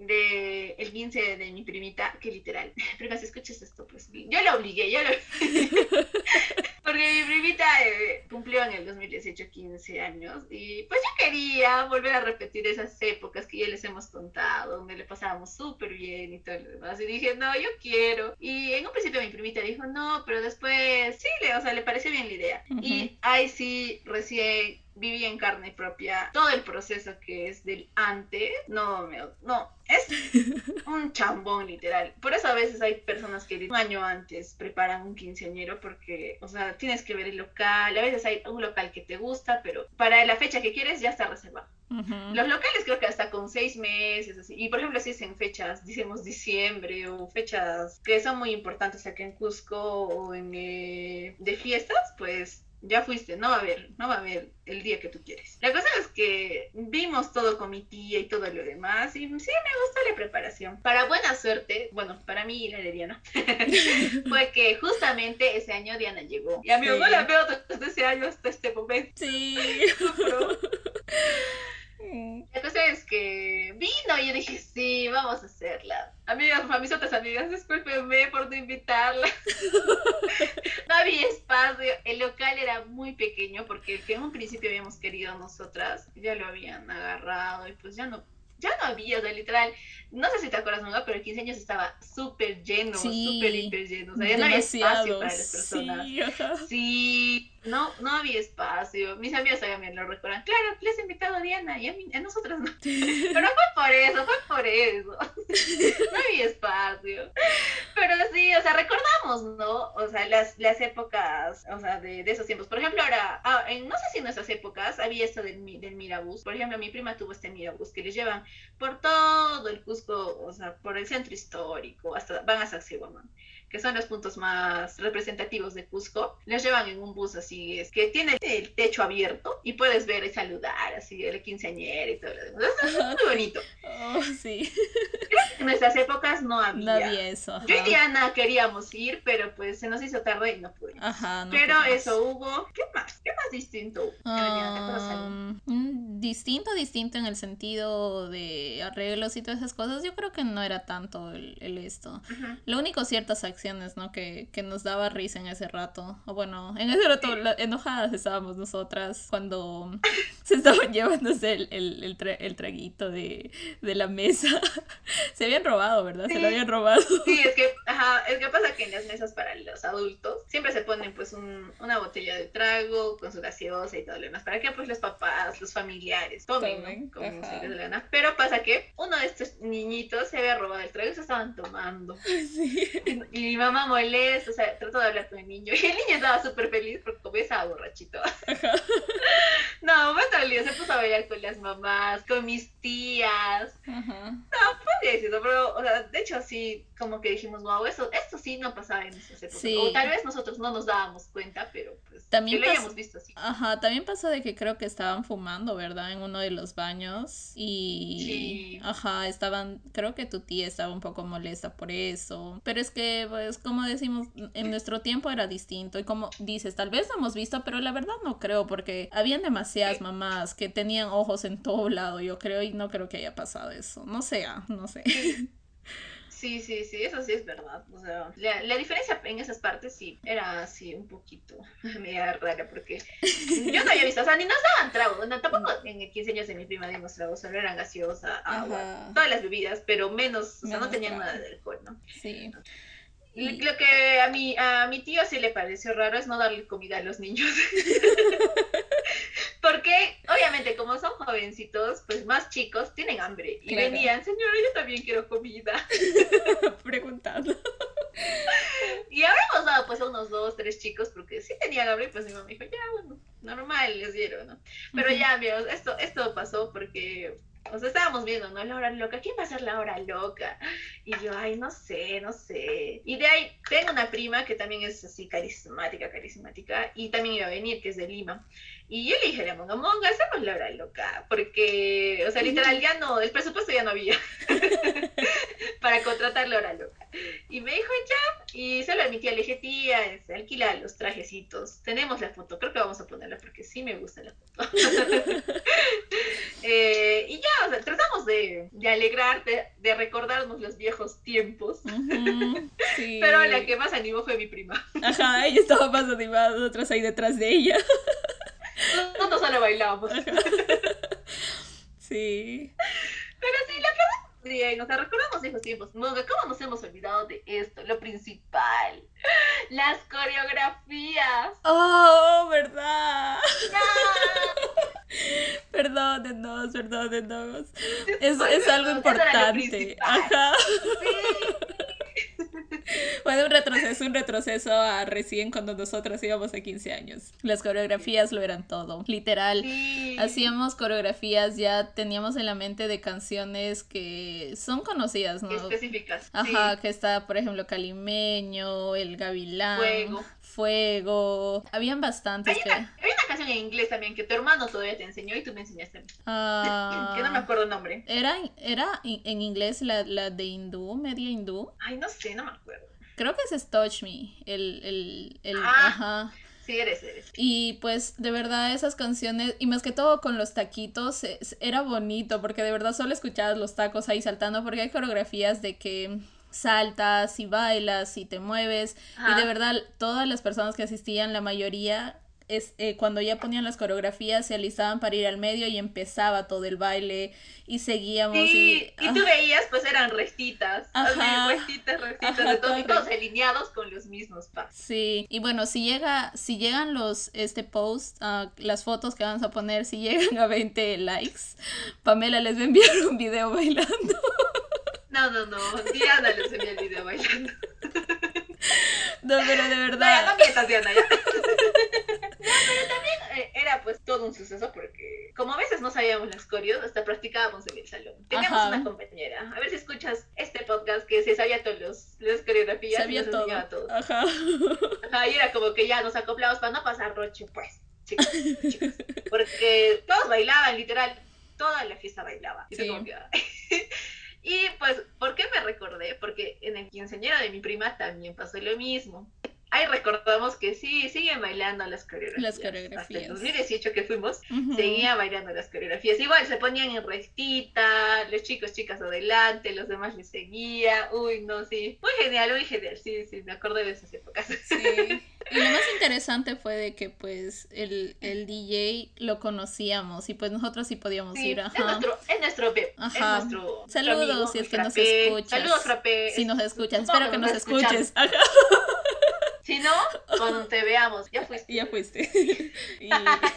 de el quince de mi primita, que literal, prima, si escuchas esto, pues yo la obligué, yo la obligué. Porque mi primita eh, cumplió en el dos mil dieciocho quince años y pues yo quería volver a repetir esas épocas que ya les hemos contado, donde le pasábamos súper bien y todo lo demás. Y dije, no, yo quiero. Y en un principio mi primita dijo, no, pero después sí, le, o sea, le pareció bien la idea. Ujú. Y ahí sí, recién viví en carne propia todo el proceso que es del antes. No, me, no, es un chambón literal. Por eso a veces hay personas que un año antes preparan un quinceañero porque, o sea, tienes que ver el local. A veces hay un local que te gusta, pero para la fecha que quieres ya está reservado. Ujú. Los locales creo que hasta con seis meses, así. Y por ejemplo, si es en fechas, decimos diciembre o fechas que son muy importantes acá en Cusco o en eh, de fiestas, pues ya fuiste, no va a haber, no va a haber el día que tú quieres. La cosa es que vimos todo con mi tía y todo lo demás y sí me gustó la preparación. Para buena suerte, bueno, para mí y la de Diana, fue que justamente ese año Diana llegó. Y a mi Sí. mamá la veo desde ese año hasta este momento. Sí. Sufro. La cosa es que vino y yo dije, sí, vamos a hacerla. Amigas, a mis otras amigas, discúlpenme por no invitarla. No había espacio, el local era muy pequeño porque el que en un principio habíamos querido nosotras, ya lo habían agarrado y pues ya no, ya no había, o sea, literal, no sé si te acuerdas, ¿no? Pero el quince años estaba súper lleno, Sí, súper hiper lleno, o sea, ya no había espacio demasiado. para las personas. Sí, ajá. Sí, No, no había espacio. Mis amigos todavía me lo recuerdan. Claro, les he invitado a Diana y a, mí, a nosotros no. Pero fue por eso, fue por eso. No había espacio. Pero sí, o sea, recordamos, ¿no? O sea, las, las épocas, o sea, de, de esos tiempos. Por ejemplo, ahora, ah, en, no sé si en nuestras épocas había esto del, del Mirabús. Por ejemplo, mi prima tuvo este Mirabús que les llevan por todo el Cusco, o sea, por el centro histórico, hasta van a Sacsayhuamán, que son los puntos más representativos de Cusco. Les llevan en un bus así, es que tiene el techo abierto y puedes ver y saludar, así, el quinceañera y todo lo demás. Es muy bonito. Oh, sí. En nuestras épocas no había. No había eso, ajá. Yo y Diana queríamos ir, pero pues se nos hizo tarde y no pudimos. Ajá, no pero pudimos. eso hubo. ¿Qué más? ¿Qué más distinto hubo? Um, distinto, distinto en el sentido de arreglos y todas esas cosas. Yo creo que no era tanto el, el esto. Uh-huh. Lo único, ciertas acciones, ¿no? Que, que nos daba risa en ese rato. O bueno, en ese rato la, enojadas estábamos nosotras cuando se estaban llevándose el, el, el, tra- el traguito de, de la mesa. Se habían robado, ¿verdad? Sí. Se lo habían robado. Sí, es que, ajá, es que pasa que en las mesas para los adultos siempre se ponen pues un, una botella de trago con su gaseosa y todo lo demás. ¿Para que pues los papás, los familiares tomen, tomen, ¿no? Como se les dé la gana. Pero pasa que uno de estos niñitos se había robado el trago y se estaban tomando. Sí. Y, y mi mamá molesta, o sea, trató de hablar con el niño. Y el niño estaba súper feliz porque como estaba borrachito. Ajá. No, me dolió, se puso a bailar con las mamás, con mis tías. Ajá. No, fue éxito, pero, o sea, de hecho sí, como que dijimos, wow, eso, esto sí no pasaba en esas épocas. Sí. O tal vez nosotros no nos dábamos cuenta, pero pues también que lo pas- hayamos visto así. Ajá, también pasó de que creo que estaban fumando, ¿verdad? En uno de los baños y... Sí. Ajá, estaban, creo que tu tía estaba un poco molesta por eso. Pero es que, pues, como decimos, en nuestro tiempo era distinto. Y como dices, tal vez lo hemos visto, pero la verdad no creo, porque habían demasiadas mamás que tenían ojos en todo lado, yo creo, y no creo que haya pasado eso. No sé, no sé. Sí, sí, sí, eso sí es verdad. O sea, la, la diferencia en esas partes sí era así un poquito media rara, porque yo no había visto, o sea, ni nos daban trago, no, tampoco en el quince años de mi prima dimos trago, solo eran gaseosa, agua, ajá, todas las bebidas, pero menos, o sea, menos no tenían trago. Nada de alcohol, ¿no? Sí. Y... Lo que a mi, a mi tío sí le pareció raro es no darle comida a los niños. Porque, obviamente, como son jovencitos, pues más chicos, tienen hambre. Y claro, venían, señora, yo también quiero comida. Preguntando. Y habremos dado pues a unos dos, tres chicos, porque sí tenían hambre, pues mi mamá dijo, ya, bueno, normal, les dieron, ¿no? Pero uh-huh. ya, amigos, esto, esto pasó porque... O sea, estábamos viendo, ¿no? La hora loca. ¿Quién va a ser la hora loca? Y yo, ay, no sé, no sé. Y de ahí tengo una prima que también es así carismática, carismática. Y también iba a venir, que es de Lima. Y yo le dije a Monga, Monga, hacemos la hora loca. Porque, o sea, literal, ya no, el presupuesto ya no había. Para contratar la hora loca. Y me dijo, ya. Y se lo a mi tía, le dije, tía, se alquila los trajecitos. Tenemos la foto, creo que vamos a ponerla porque sí me gusta la foto. eh, y ya. O sea, tratamos de, de alegrar, de, de recordarnos los viejos tiempos. Uh-huh, sí. Pero la que más animó fue mi prima. Ajá, ella estaba más animada, nosotros ahí detrás de ella. Nosotros solo bailábamos. Ajá. Sí. Pero sí, la verdad, y nos recordamos viejos tiempos. ¿Cómo nos hemos olvidado de esto? Lo principal. Las coreografías. Oh, ¿verdad? No. Perdónenos, perdónenos. Es, es algo importante. Ajá. Sí. Bueno, un retroceso, un retroceso a recién cuando nosotros íbamos a quince años. Las coreografías lo eran todo, literal. Sí. Hacíamos coreografías, ya teníamos en la mente de canciones que son conocidas, ¿no? Específicas. Ajá, sí. Que está, por ejemplo, Calimeño, El Gavilán. Fuego. Fuego. Habían bastantes. Hay una, que... hay una canción en inglés también que tu hermano todavía te enseñó y tú me enseñaste. Uh, que no me acuerdo el nombre. Era, era en inglés la, la de hindú, media hindú. Ay, no sé, no me acuerdo. Creo que ese es Touch Me, el, el, el, ah, ajá. Sí, eres, eres. Y pues de verdad esas canciones, y más que todo con los taquitos, es, era bonito, porque de verdad solo escuchabas los tacos ahí saltando, porque hay coreografías de que saltas y bailas y te mueves, ajá. Y de verdad todas las personas que asistían, la mayoría es, eh, cuando ya ponían las coreografías se alistaban para ir al medio y empezaba todo el baile y seguíamos Sí, y... y tú veías, pues eran restitas, así, Ajá, restitas, restitas, ajá, de todos, y todo todos alineados con los mismos pasos. Sí, y bueno, si llega, si llegan los, este post, uh, las fotos que vamos a poner, si llegan a veinte likes, Pamela les va a enviar un video bailando. No, no, no, Diana les envía el video bailando. No, pero de verdad. No, ya no mientas, Diana, ya. No, pero también eh, era pues todo un suceso porque como a veces no sabíamos las coreos, hasta practicábamos en el salón. Teníamos Ajá. una compañera, a ver si escuchas este podcast, que se sabía todas los, las coreografías Sabía y nos todo. enseñaba a todos. Ajá. Ajá, y era como que ya nos acoplamos para no pasar roche, pues, chicos, chicos. Porque todos bailaban, literal, toda la fiesta bailaba. Y, Sí. como que... y pues, ¿por qué me recordé? Porque en el quinceañero de mi prima también pasó lo mismo. Ahí recordamos que sí, siguen bailando las coreografías. Las coreografías. Hasta el dos mil dieciocho que fuimos, uh-huh. seguían bailando las coreografías. Igual se ponían en rectita, los chicos, chicas adelante, los demás les seguían. Uy, no, sí. Muy genial, muy genial. Sí, sí, me acordé de esas épocas. Sí. Y lo más interesante fue de que pues el, el D J lo conocíamos y pues nosotros sí podíamos sí, ir. Ajá. Es nuestro, es nuestro bebé. Ajá. Es nuestro Saludos amigo, si es que frappé. nos escuchas. Saludos, Frappé. Si nos escuchas, Supongo espero que nos, nos escuchamos. escuches. Ajá. Si no, cuando te veamos, ya fuiste. Ya fuiste. y,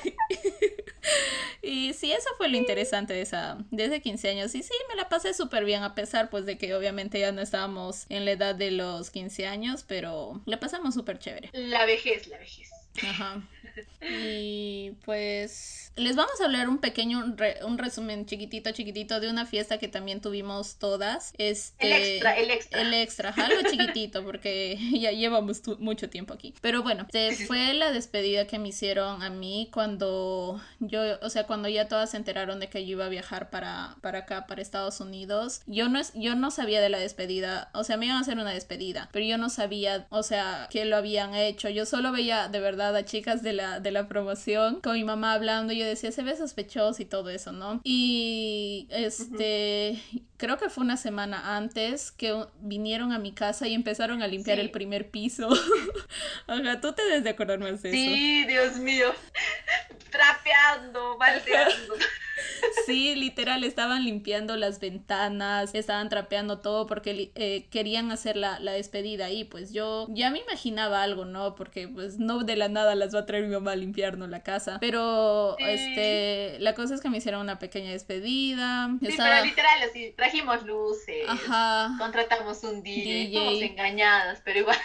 y sí, eso fue lo interesante de esa, de ese quince años. Y sí, me la pasé súper bien, a pesar pues de que obviamente ya no estábamos en la edad de los quince años, pero la pasamos súper chévere. La vejez, la vejez. Ajá. Y pues les vamos a hablar un pequeño re, un resumen chiquitito chiquitito de una fiesta que también tuvimos todas. Este, el extra, el extra. El extra, algo chiquitito porque ya llevamos tu, mucho tiempo aquí. Pero bueno, este fue la despedida que me hicieron a mí cuando yo, o sea, cuando ya todas se enteraron de que yo iba a viajar para, para acá, para Estados Unidos. Yo no, yo no sabía de la despedida, o sea, me iban a hacer una despedida, pero yo no sabía, o sea, que lo habían hecho. Yo solo veía de verdad a chicas de la, de la promoción con mi mamá hablando y yo decía, se ve sospechoso y todo eso, ¿no? Y este, uh-huh. creo que fue una semana antes que vinieron a mi casa y empezaron a limpiar sí. el primer piso. Ajá, tú te debes de acordar más de sí, eso. Sí, Dios mío. Trapeando, baldeando. Sí, literal, estaban limpiando las ventanas, estaban trapeando todo porque eh, querían hacer la, la despedida ahí. Pues yo ya me imaginaba algo, ¿no? Porque pues no de la nada las va a traer mi mamá a limpiarnos la casa. Pero sí. este la cosa es que me hicieron una pequeña despedida. Sí, estaba... pero literal, así, trajimos luces, Ajá. contratamos un D J, D J. Estamos engañadas, pero igual...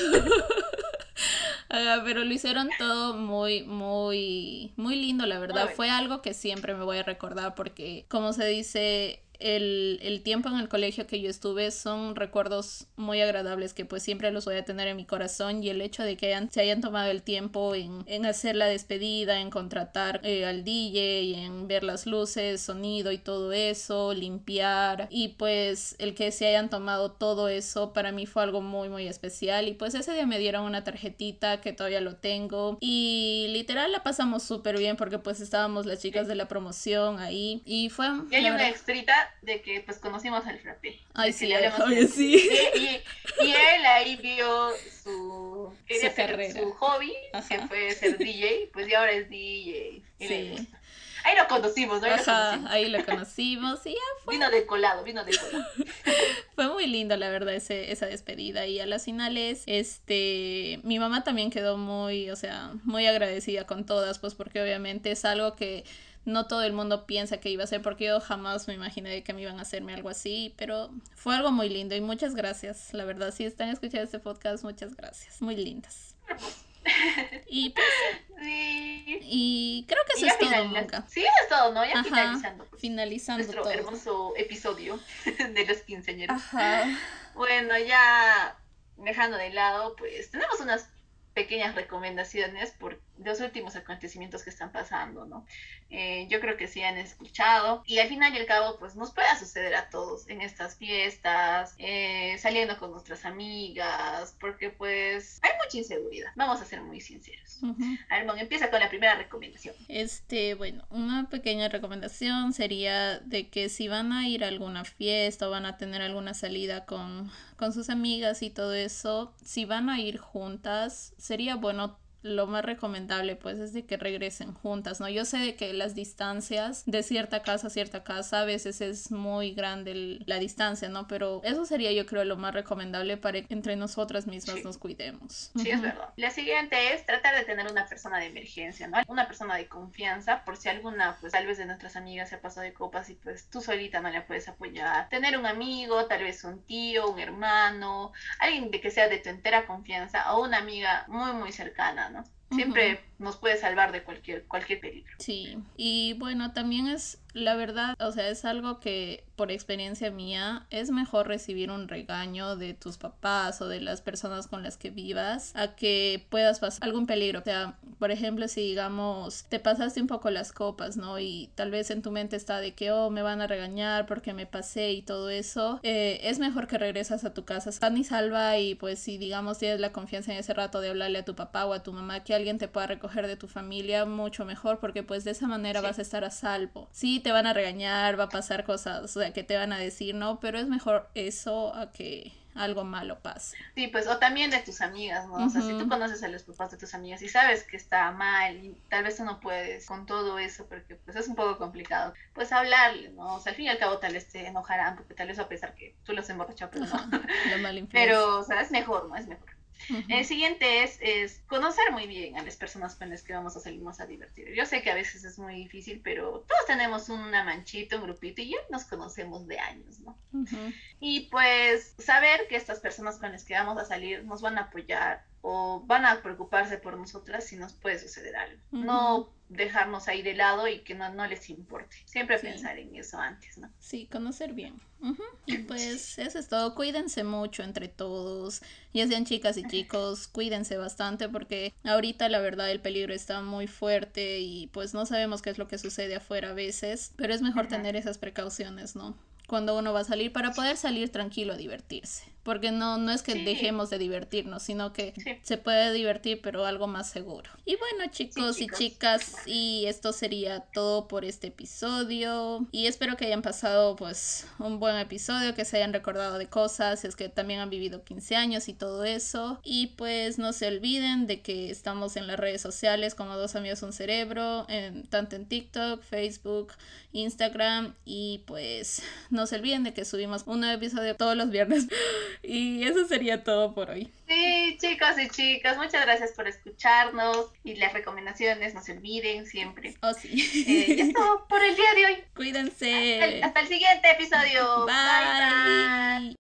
Uh, pero lo hicieron todo muy, muy, muy lindo, la verdad. Fue algo que siempre me voy a recordar porque, como se dice, el, el tiempo en el colegio que yo estuve son recuerdos muy agradables que pues siempre los voy a tener en mi corazón, y el hecho de que hayan, se hayan tomado el tiempo en, en hacer la despedida, en contratar eh, al D J, en ver las luces, sonido y todo eso, limpiar, y pues el que se hayan tomado todo eso para mí fue algo muy muy especial. Y pues ese día me dieron una tarjetita que todavía lo tengo y literal la pasamos súper bien porque pues estábamos las chicas de la promoción ahí y fue... Y hay una extrita de que pues conocimos al frappé. Ay, sí, le oye, sí. Y, y, y él ahí vio su, quería su ser carrera, su hobby, Ajá. que fue ser D J, pues y ahora es D J. Y sí. Ahí lo conocimos, ¿no? Ahí, Ajá, lo conocimos. ahí lo conocimos y ya fue. Vino de colado, vino de colado. Fue muy lindo, la verdad, ese, esa despedida. Y a las finales, este, mi mamá también quedó muy, o sea, muy agradecida con todas, pues porque obviamente es algo que no todo el mundo piensa que iba a ser, porque yo jamás me imaginé que me iban a hacerme algo así, pero fue algo muy lindo y muchas gracias, la verdad. Si están escuchando este podcast, muchas gracias, muy lindas. Y pues sí. Y creo que eso y es todo, Monka. Sí, eso es todo, ¿no? Ya Ajá, finalizando. Pues, finalizando nuestro todo. hermoso episodio de los quinceañeros. Ajá. Bueno, ya dejando de lado, pues tenemos unas pequeñas recomendaciones por los últimos acontecimientos que están pasando, ¿no? Eh, yo creo que sí han escuchado y al final y al cabo pues nos puede suceder a todos en estas fiestas, eh, saliendo con nuestras amigas, porque pues hay mucha inseguridad, vamos a ser muy sinceros. Uh-huh. A ver, Mon, empieza con la primera recomendación. Este, bueno, una pequeña recomendación sería de que si van a ir a alguna fiesta o van a tener alguna salida con, con sus amigas y todo eso, si van a ir juntas, sería bueno lo más recomendable pues es de que regresen juntas, ¿no? Yo sé de que las distancias de cierta casa a cierta casa a veces es muy grande el, la distancia, ¿no? Pero eso sería yo creo lo más recomendable para que entre nosotras mismas Sí. nos cuidemos. Sí, Uh-huh. es verdad. La siguiente es tratar de tener una persona de emergencia, ¿no? Una persona de confianza, por si alguna, pues tal vez de nuestras amigas se ha pasado de copas y pues tú solita no le puedes apoyar. Tener un amigo, tal vez un tío, un hermano, alguien de que sea de tu entera confianza o una amiga muy, muy cercana, ¿no? Siempre uh-huh. nos puede salvar de cualquier, cualquier peligro. Sí, y bueno, también es la verdad, o sea, es algo que por experiencia mía es mejor recibir un regaño de tus papás o de las personas con las que vivas a que puedas pasar algún peligro. O sea, por ejemplo, si digamos te pasaste un poco las copas, ¿no? Y tal vez en tu mente está de que, oh, me van a regañar porque me pasé y todo eso, eh, es mejor que regresas a tu casa sana y salva y pues si digamos tienes la confianza en ese rato de hablarle a tu papá o a tu mamá que alguien te pueda recoger de tu familia, mucho mejor porque pues de esa manera sí. vas a estar a salvo. Sí, te van a regañar, va a pasar cosas, o sea, que te van a decir, ¿no? Pero es mejor eso a que algo malo pase. Sí, pues, o también de tus amigas, ¿no? Uh-huh. O sea, si tú conoces a los papás de tus amigas y sabes que está mal y tal vez tú no puedes con todo eso porque pues es un poco complicado, pues hablarle, ¿no? O sea, al fin y al cabo tal vez te enojarán porque tal vez va a pensar que tú los emborrachado, pero no. La mala influencia. Pero, o sea, es mejor, ¿no? Es mejor. Uh-huh. El siguiente es, es conocer muy bien a las personas con las que vamos a salirnos a divertir. Yo sé que a veces es muy difícil, pero todos tenemos una manchita, un grupito y ya nos conocemos de años, ¿no? Uh-huh. Y pues saber que estas personas con las que vamos a salir nos van a apoyar o van a preocuparse por nosotras si nos puede suceder algo. Uh-huh. No dejarnos ahí de lado y que no, no les importe. Siempre sí. pensar en eso antes, ¿no? Sí, conocer bien. Uh-huh. Y pues eso es todo. Cuídense mucho entre todos. Ya sean chicas y chicos, cuídense bastante porque ahorita la verdad el peligro está muy fuerte y pues no sabemos qué es lo que sucede afuera a veces. Pero es mejor uh-huh. tener esas precauciones, ¿no? Cuando uno va a salir para poder salir tranquilo a divertirse. Porque no, no es que sí. dejemos de divertirnos, sino que sí. se puede divertir, pero algo más seguro. Y bueno, chicos, sí, chicos y chicas, y esto sería todo por este episodio. Y espero que hayan pasado, pues, un buen episodio, que se hayan recordado de cosas, es que también han vivido quince años y todo eso. Y pues no se olviden de que estamos en las redes sociales como Dos Amigos Un Cerebro, en, tanto en TikTok, Facebook, Instagram. Y pues no se olviden de que subimos un nuevo episodio todos los viernes. Y eso sería todo por hoy. Sí, chicos y chicas, muchas gracias por escucharnos y las recomendaciones, no se olviden siempre. Oh, sí. Eh, y es todo por el día de hoy. Cuídense. Hasta el, hasta el siguiente episodio. Bye. Bye, bye.